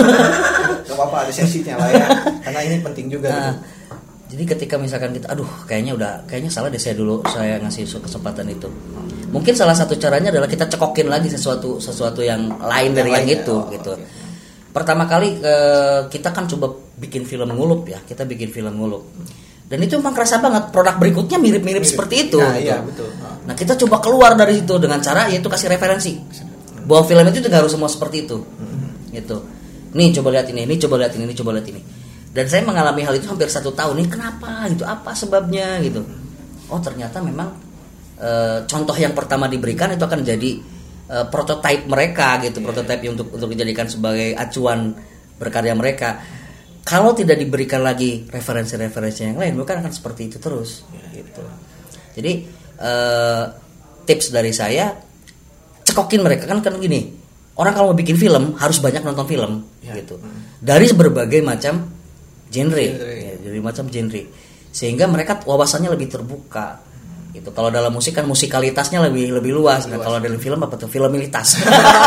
Gak apa-apa ada sesinya lah ya, karena ini penting juga. Nah, gitu. Jadi ketika misalkan kita, aduh kayaknya udah kayaknya salah deh saya dulu saya ngasih kesempatan itu. Mungkin salah satu caranya adalah kita cekokin lagi sesuatu sesuatu yang lain dari yang, yang itu oh, gitu. Okay. Pertama kali uh, kita kan coba bikin film ngulup ya, kita bikin film ngulup. Dan itu memang kerasa banget produk berikutnya mirip-mirip mirip. Seperti itu. Nah, gitu. Iya, betul. Nah, kita coba keluar dari situ dengan cara yaitu kasih referensi. Bahwa film itu juga harus semua seperti itu. Hmm. Gitu. Nih coba lihat ini, ini coba lihat ini, ini coba lihat ini. Dan saya mengalami hal itu hampir satu tahun. Ini kenapa gitu? Apa sebabnya gitu? Oh, ternyata memang Uh, contoh yang pertama diberikan itu akan jadi uh, prototipe mereka gitu, yeah. prototipe untuk untuk dijadikan sebagai acuan berkarya mereka. Kalau tidak diberikan lagi referensi-referensi yang lain, bukan akan seperti itu terus. Yeah. Gitu. Jadi uh, tips dari saya, cekokin mereka kan kan gini. Orang kalau mau bikin film harus banyak nonton film, yeah. gitu. Mm. Dari berbagai macam genre, yeah. ya, dari macam genre, sehingga mereka wawasannya lebih terbuka. Gitu. Kalau dalam musik kan musikalitasnya lebih lebih luas. Nah, kalau dalam film apa tuh? Filmilitas.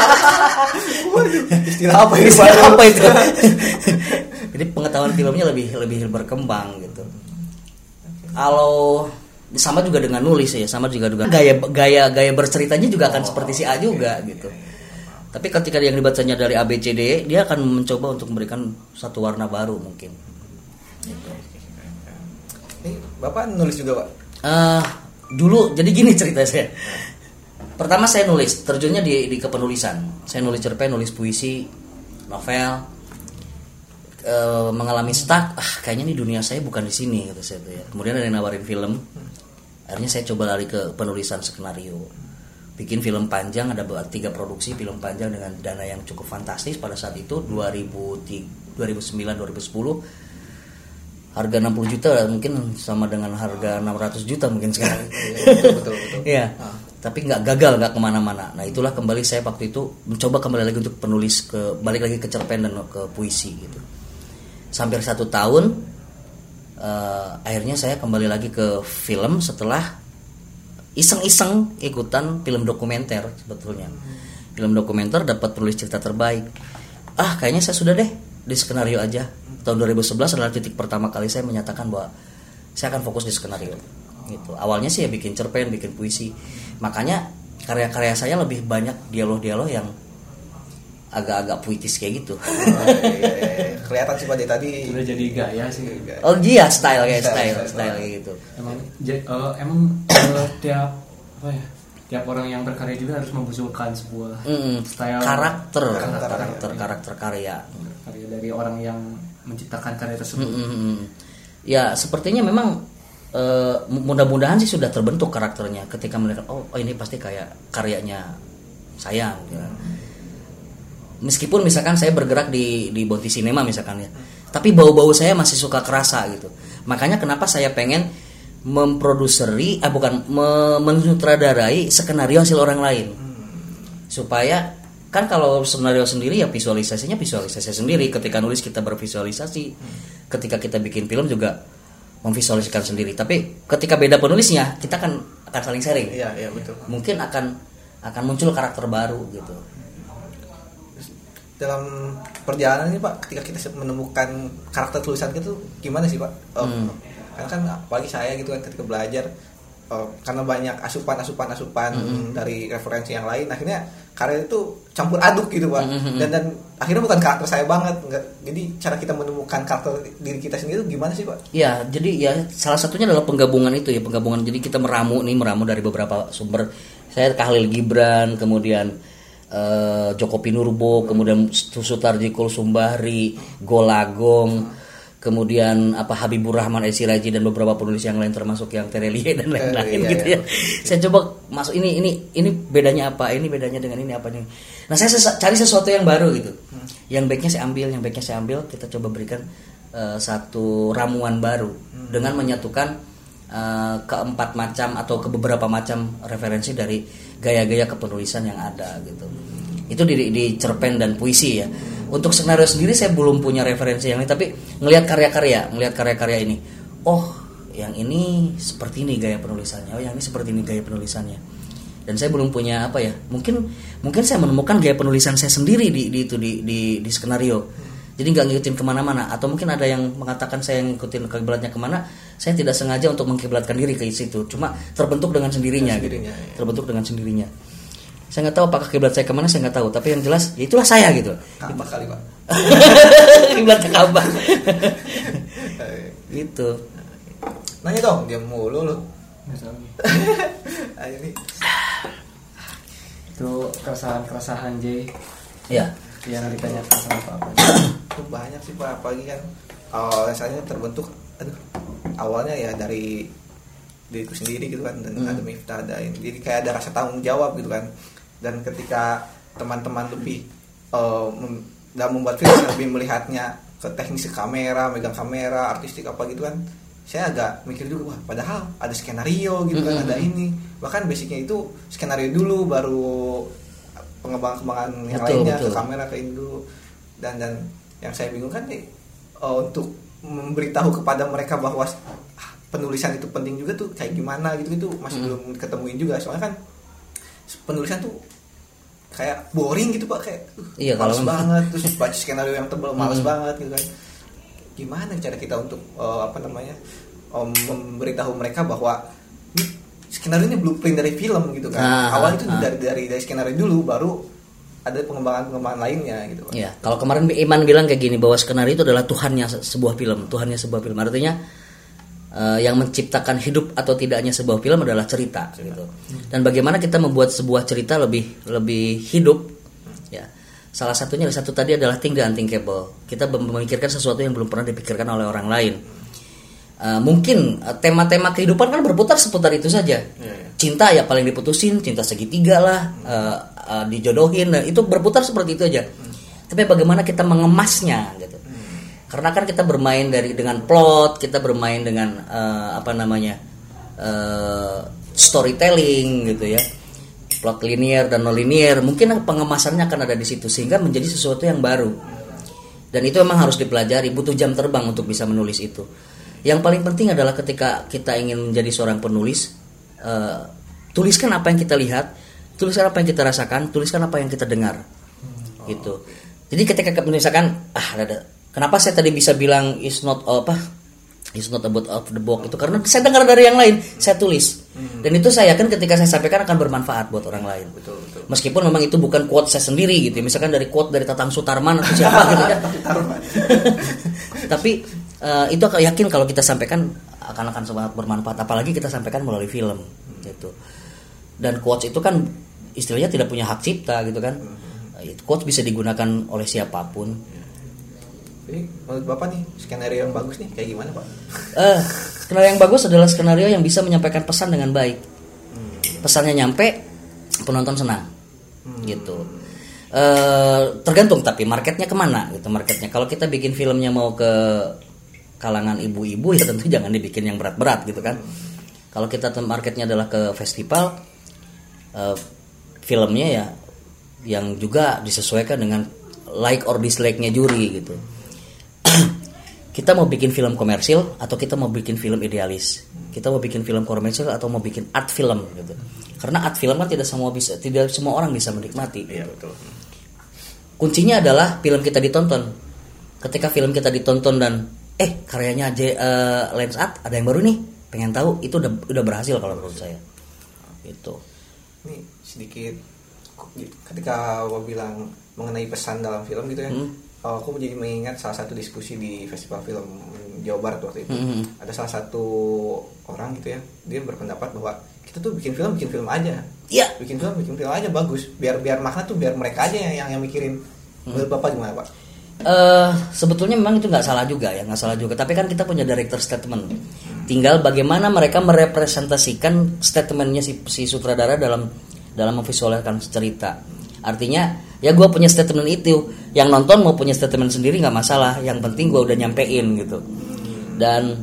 Istilah apa itu? Istilah apa itu? Jadi pengetahuan filmnya lebih lebih berkembang gitu. Kalau sama juga dengan nulis ya, sama juga dengan gaya gaya gaya berceritanya juga akan oh, seperti si A juga okay. gitu. Tapi ketika yang dibacanya dari A B C D, dia akan mencoba untuk memberikan satu warna baru mungkin. Gitu. Ini Bapak nulis juga Pak? Uh, Dulu jadi gini cerita saya. Pertama saya nulis, terjunnya di, di kepenulisan. Saya nulis cerpen, nulis puisi, novel. E, mengalami stuck, ah kayaknya nih dunia saya bukan di sini kata saya tuh ya. Kemudian ada yang nawarin film. Akhirnya saya coba lari ke penulisan skenario. bikin film panjang, ada tiga produksi film panjang dengan dana yang cukup fantastis pada saat itu dua ribu sembilan dua ribu sepuluh. Harga enam puluh juta mungkin sama dengan harga enam ratus juta mungkin sekarang. betul betul betul. Iya. Ah. Tapi nggak gagal, nggak kemana-mana. Nah itulah kembali saya waktu itu mencoba kembali lagi untuk penulis, ke balik lagi ke cerpen dan ke puisi gitu. Sampai satu tahun, uh, akhirnya saya kembali lagi ke film setelah iseng-iseng ikutan film dokumenter sebetulnya. Film dokumenter dapat penulis cerita terbaik. Ah kayaknya saya sudah deh di skenario aja. Tahun dua ribu sebelas adalah titik pertama kali saya menyatakan bahwa saya akan fokus di skenario gitu. Awalnya sih ya bikin cerpen, bikin puisi. Makanya karya-karya saya lebih banyak dialog-dialog yang agak-agak puitis kayak gitu. Oh, iya, iya. Kelihatan sih pada tadi udah jadi gaya sih. Oh iya, style kayak style, style, style kayak gitu. Emang uh, emang uh, tiap apa ya? Tiap orang yang berkarya juga harus membutuhkan sebuah mm, style karakter, karakter, karakter, karakter karya. Karya dari orang yang menciptakan karya tersebut. Mm-hmm. Ya sepertinya memang e, mudah-mudahan sih sudah terbentuk karakternya ketika melihat oh, oh ini pasti kayak karyanya saya. Gitu. Meskipun misalkan saya bergerak di di Bonti Cinema misalkan ya, tapi bau-bau saya masih suka kerasa gitu. Makanya kenapa saya pengen memproduseri, ah bukan me- mensutradarai skenario hasil orang lain supaya kan kalau skenario sendiri ya visualisasinya visualisasi sendiri. Ketika nulis kita bervisualisasi, hmm. ketika kita bikin film juga memvisualisasikan sendiri. Tapi ketika beda penulisnya, kita kan akan saling sharing. Iya, iya betul. Mungkin akan akan muncul karakter baru gitu. Dalam perjalanan ini Pak, ketika kita menemukan karakter tulisan itu gimana sih Pak? Oh, hmm. Karena kan apalagi saya gitu kan ketika belajar, oh, karena banyak asupan-asupan-asupan hmm. dari referensi yang lain, akhirnya karya itu campur aduk gitu Pak. Mm-hmm. Dan dan akhirnya bukan karakter saya banget. Enggak. Jadi cara kita menemukan karakter diri kita sendiri itu gimana sih Pak? Ya, jadi ya salah satunya adalah penggabungan itu ya, penggabungan. Jadi kita meramu nih, meramu dari beberapa sumber. Saya Khalil Gibran, kemudian uh, Joko Pinurbo, kemudian Sutarji Kulsumbahri, Golagong, kemudian apa Habibur Rahman Esiraji dan beberapa penulis yang lain termasuk yang Terelie dan lain-lain eh, iya, gitu ya. Iya. Saya coba masuk ini ini ini bedanya apa? Ini bedanya dengan ini apa nih? Nah, saya ses- cari sesuatu yang baru gitu. Hmm. Yang baiknya saya ambil, yang baiknya saya ambil, kita coba berikan uh, satu ramuan baru hmm. dengan menyatukan uh, keempat macam atau ke beberapa macam referensi dari gaya-gaya kepenulisan yang ada gitu. Itu di, di cerpen dan puisi ya. Untuk skenario sendiri saya belum punya referensi yang lain, tapi ngelihat karya-karya, ngelihat karya-karya ini, oh, yang ini seperti ini gaya penulisannya, oh, yang ini seperti ini gaya penulisannya. Dan saya belum punya apa ya, mungkin mungkin saya menemukan gaya penulisan saya sendiri di, di itu di, di di skenario. Jadi nggak ngikutin kemana-mana, atau mungkin ada yang mengatakan saya ngikutin kiblatnya kemana, saya tidak sengaja untuk mengkiblatkan diri ke situ, cuma terbentuk dengan sendirinya, sendirinya gitu. Ya. Terbentuk dengan sendirinya. Saya nggak tahu apakah kiblat saya kemana, saya nggak tahu. Tapi yang jelas, ya itulah saya gitu. Ka'bah kali Pak. Kiblatnya Ka'bah. Gitu. Nanya dong, dia mulu lu. Ayo nih. Itu keresahan-keresahan J. Ya. Yang ditanyakan sama Pak. Itu banyak sih Pak, apalagi kan oh, rasanya terbentuk aduh, awalnya ya dari diriku sendiri gitu kan, dan hmm. ada Miftah, ada ini. Jadi kayak ada rasa tanggung jawab gitu kan. Dan ketika teman-teman lebih uh, mem- dalam membuat film lebih melihatnya ke teknis kamera, megang kamera, artistik apa gitu kan, saya agak mikir juga, wah padahal ada skenario gitu kan, mm-hmm. ada ini, bahkan basicnya itu skenario dulu baru pengembangan-pengembangan yang betul, lainnya betul. Ke kamera ke ini dulu. Dan dan yang saya bingung kan nih uh, untuk memberitahu kepada mereka bahwa ah, penulisan itu penting juga tuh kayak gimana gitu itu masih mm. belum ketemuin juga, soalnya kan penulisan tuh kayak boring gitu Pak, kayak uh, iya, males kalau banget, terus baca skenario yang tebal males hmm. banget gitu kan. Gimana cara kita untuk uh, apa namanya um, memberitahu mereka bahwa ini skenario ini blueprint dari film gitu kan. Ah, awal itu ah. dari dari dari skenario dulu, baru ada pengembangan-pengembangan lainnya gitu Pak. Iya, kalau kemarin Iman bilang kayak gini bahwa skenario itu adalah Tuhannya sebuah film, Tuhannya sebuah film. Artinya Uh, yang menciptakan hidup atau tidaknya sebuah film adalah cerita, cerita. Gitu. Dan bagaimana kita membuat sebuah cerita lebih lebih hidup, ya. Salah satunya satu tadi adalah think the unthinkable. Kita memikirkan sesuatu yang belum pernah dipikirkan oleh orang lain. uh, mungkin uh, tema-tema kehidupan kan berputar seputar itu saja. Iya, iya. Cinta ya paling diputusin, cinta segitiga lah, uh, uh, dijodohin, nah, itu berputar seperti itu aja. Hmm. Tapi bagaimana kita mengemasnya gitu. Hmm. Karena kan kita bermain dari dengan plot, kita bermain dengan uh, apa namanya uh, storytelling gitu ya, plot linear dan non linear. Mungkin pengemasannya akan ada di situ sehingga menjadi sesuatu yang baru. Dan itu memang harus dipelajari, butuh jam terbang untuk bisa menulis itu. Yang paling penting adalah ketika kita ingin menjadi seorang penulis, uh, tuliskan apa yang kita lihat, tuliskan apa yang kita rasakan, tuliskan apa yang kita dengar, hmm. gitu. Jadi ketika misalkan, ah, ada, kenapa saya tadi bisa bilang is not oh, apa, is not about out of the box itu karena saya dengar dari yang lain, saya tulis, hmm. dan itu saya yakin ketika saya sampaikan akan bermanfaat buat orang lain. Betul, betul. Meskipun memang itu bukan quote saya sendiri gitu, misalkan dari quote dari Tatang Sutarman atau siapa gitu kan. Tapi uh, itu aku yakin kalau kita sampaikan akan akan sangat bermanfaat, apalagi kita sampaikan melalui film gitu. Dan quotes itu kan istilahnya tidak punya hak cipta gitu kan. Hmm. Quotes bisa digunakan oleh siapapun. Jadi menurut Bapak nih skenario yang bagus nih kayak gimana Pak? Eh, skenario yang bagus adalah skenario yang bisa menyampaikan pesan dengan baik. Hmm. Pesannya nyampe, penonton senang, hmm. gitu. Eh, tergantung tapi marketnya kemana gitu marketnya. Kalau kita bikin filmnya mau ke kalangan ibu-ibu ya tentu jangan dibikin yang berat-berat gitu kan. Kalau kita marketnya adalah ke festival, uh, filmnya ya yang juga disesuaikan dengan like or dislike-nya juri gitu. Kita mau bikin film komersil atau kita mau bikin film idealis? Kita mau bikin film komersil atau mau bikin art film gitu. Karena art film kan tidak semua bisa, tidak semua orang bisa menikmati. Iya, betul. Kuncinya adalah film kita ditonton. Ketika film kita ditonton dan eh karyanya J, uh, Lens Art ada yang baru nih, pengen tahu, itu udah udah berhasil kalau menurut saya. Gitu. Ini sedikit ketika gue bilang mengenai pesan dalam film gitu ya. Hmm. Aku jadi mengingat salah satu diskusi di festival film Jawa Barat waktu itu. Hmm. Ada salah satu orang gitu ya, dia berpendapat bahwa kita tuh bikin film bikin film aja. Iya. Bikin film bikin film aja bagus. Biar biar makna tuh biar mereka aja yang yang mikirin. Menurut hmm. Bapak gimana Pak? Uh, sebetulnya memang itu nggak salah juga ya, nggak salah juga. Tapi kan kita punya director statement. Tinggal bagaimana mereka merepresentasikan statementnya si, si sutradara dalam dalam memvisualkan cerita. Artinya ya gue punya statement itu, yang nonton mau punya statement sendiri nggak masalah. Yang penting gue udah nyampein gitu. Dan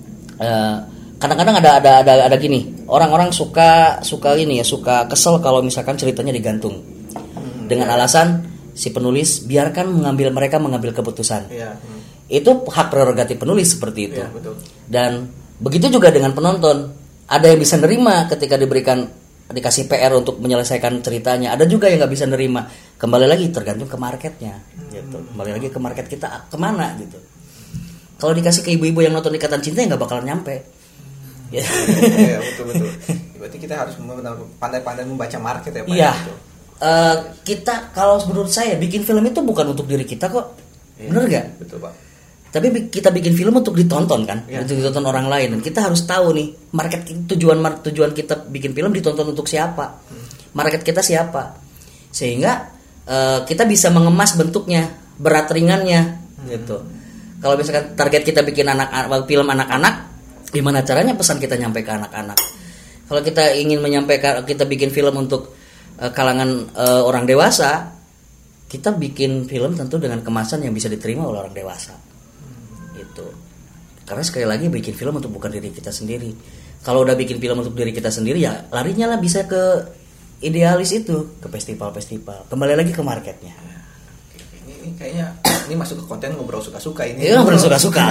uh, kadang-kadang ada ada ada ada gini, orang-orang suka suka ini ya suka kesel kalau misalkan ceritanya digantung dengan alasan si penulis biarkan mengambil mereka mengambil keputusan. Ya, hmm. Itu hak prerogatif penulis seperti itu. Ya, betul. Dan begitu juga dengan penonton. Ada yang bisa nerima ketika diberikan dikasih P R untuk menyelesaikan ceritanya. Ada juga yang nggak bisa nerima. Kembali lagi tergantung ke marketnya. Hmm. Gitu. Kembali lagi ke market kita kemana gitu. Kalau dikasih ke ibu-ibu yang nonton Ikatan Cinta ya nggak bakalan nyampe. Hmm. Ya. Ya, betul betul. Berarti kita harus pandai-pandai membaca market ya Pak. Iya. Gitu. Uh, kita kalau menurut saya bikin film itu bukan untuk diri kita kok, ya, bener gak? Betul Pak. Tapi kita bikin film untuk ditonton kan, ya, untuk ditonton orang lain. Dan kita harus tahu nih market tujuan tujuan kita bikin film ditonton untuk siapa, market kita siapa, sehingga uh, kita bisa mengemas bentuknya, berat ringannya, hmm. gitu. Kalau misalkan target kita bikin anak film anak-anak, gimana caranya pesan kita nyampe ke anak-anak? Kalau kita ingin menyampaikan, kita bikin film untuk kalangan uh, orang dewasa, kita bikin film tentu dengan kemasan yang bisa diterima oleh orang dewasa. Hmm. Itu. Karena sekali lagi bikin film untuk bukan diri kita sendiri. Kalau udah bikin film untuk diri kita sendiri ya larinya lah bisa ke idealis itu, ke festival-festival. Kembali lagi ke marketnya. Ini, ini kayaknya ini masuk ke konten ngobrol suka-suka ini. Iya, ngobrol suka-suka.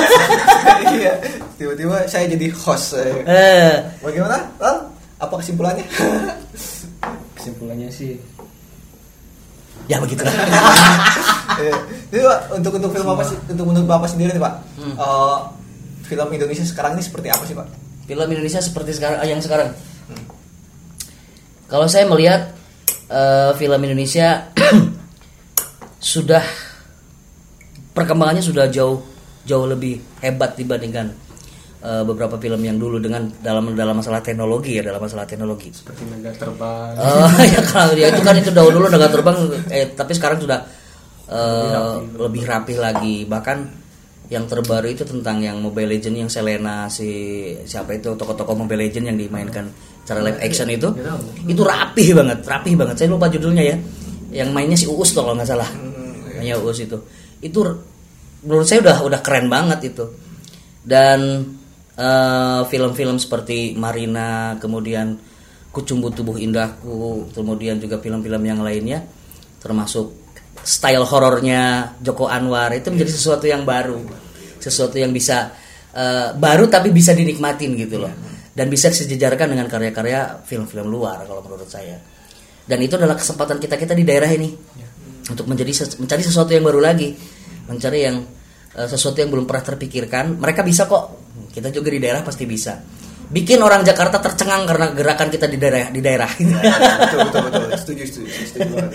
Iya. Tiba-tiba saya jadi host. Eh. Bagaimana? Lal? Apa kesimpulannya? Kesimpulannya sih ya begitulah. Jadi Pak, untuk untuk film apa sih, untuk menurut Bapak sendiri nih Pak, hmm. uh, film Indonesia sekarang ini seperti apa sih Pak? Film Indonesia seperti sekarang yang sekarang. Hmm. Kalau saya melihat uh, film Indonesia sudah perkembangannya sudah jauh jauh lebih hebat dibandingkan Uh, beberapa film yang dulu dengan dalam dalam masalah teknologi ya dalam masalah teknologi seperti Naga Terbang. Uh, ya kalau ya itu kan itu dahulu Naga Terbang, eh tapi sekarang sudah uh, lebih rapi lagi. Lebih rapi lagi bahkan yang terbaru itu tentang yang Mobile Legend yang Selena si siapa itu tokoh-tokoh Mobile Legend yang dimainkan secara live action itu itu rapih banget rapih banget saya lupa judulnya ya yang mainnya si Uus tuh kalau nggak salah mainnya Uus itu itu menurut saya udah udah keren banget itu dan uh, film-film seperti Marina kemudian Kucumbu Tubuh Indahku kemudian juga film-film yang lainnya termasuk style horornya Joko Anwar itu menjadi sesuatu yang baru, sesuatu yang bisa uh, baru tapi bisa dinikmatin gitu loh, dan bisa disejajarkan dengan karya-karya film-film luar kalau menurut saya. Dan itu adalah kesempatan kita kita di daerah ini untuk menjadi mencari sesuatu yang baru lagi, mencari yang uh, sesuatu yang belum pernah terpikirkan. Mereka bisa kok, kita juga di daerah pasti bisa. Bikin orang Jakarta tercengang karena gerakan kita di daerah di daerah. Ya, betul betul betul. Setuju setuju setuju banget.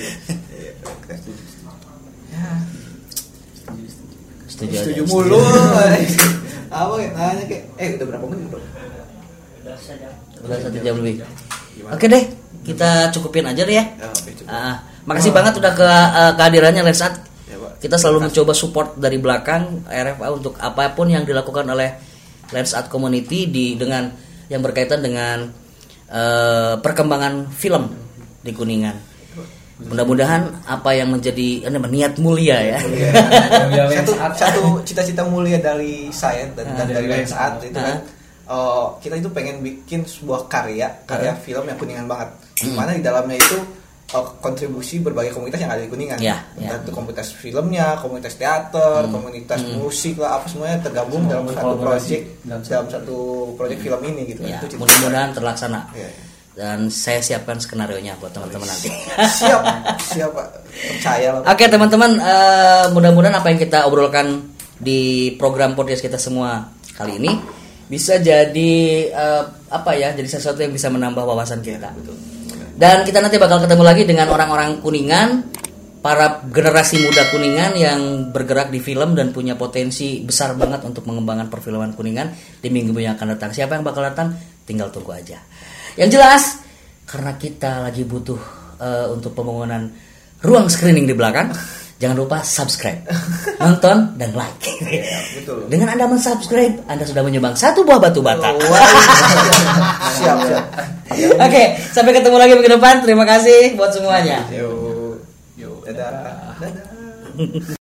Setuju, setuju mulu. Apa ya nanya kayak eh udah berapa menit bro? Udah satu jam lebih. Oke deh, kita cukupin aja deh ya. Ya, oke, cukup. Uh, makasih oh. banget udah ke uh, kehadirannya Lensat. Ya, Pak. Kita selalu mencoba support dari belakang R F A untuk apapun yang dilakukan oleh Lensat Community di dengan yang berkaitan dengan uh, perkembangan film di Kuningan. Mudah-mudahan apa yang menjadi eh, niat mulia ya. Mulia. satu satu cita-cita mulia dari saya dan, dan dari Lensat itu kan. Uh, kita itu pengen bikin sebuah karya karya film yang Kuningan banget. Dimana di dalamnya itu uh, kontribusi berbagai komunitas yang ada di Kuningan. Ya, ya. Entah itu komunitas filmnya, komunitas teater, hmm. komunitas hmm. musik lah, apa semuanya tergabung dalam satu project dalam satu project film ini gitu. Ya, itu mudah-mudahan terlaksana. Ya, ya. Dan saya siapkan skenario-nya buat teman-teman nanti. Siap, siap Pak. Percaya lah. Oke teman-teman, uh, mudah-mudahan apa yang kita obrolkan di program podcast kita semua kali ini bisa jadi uh, apa ya, jadi sesuatu yang bisa menambah wawasan kita. Dan kita nanti bakal ketemu lagi dengan orang-orang Kuningan, para generasi muda Kuningan yang bergerak di film dan punya potensi besar banget untuk mengembangkan perfilman Kuningan di minggu yang akan datang. Siapa yang bakal datang? Tinggal tunggu aja. Yang jelas, karena kita lagi butuh uh, untuk pembangunan ruang screening di belakang, jangan lupa subscribe, nonton, dan like. Ya, betul. Dengan Anda mensubscribe, Anda sudah menyumbang satu buah batu bata. Oh, siap, siap. Oke, sampai ketemu lagi minggu depan. Terima kasih buat semuanya. Yo, yo, dadah, dadah.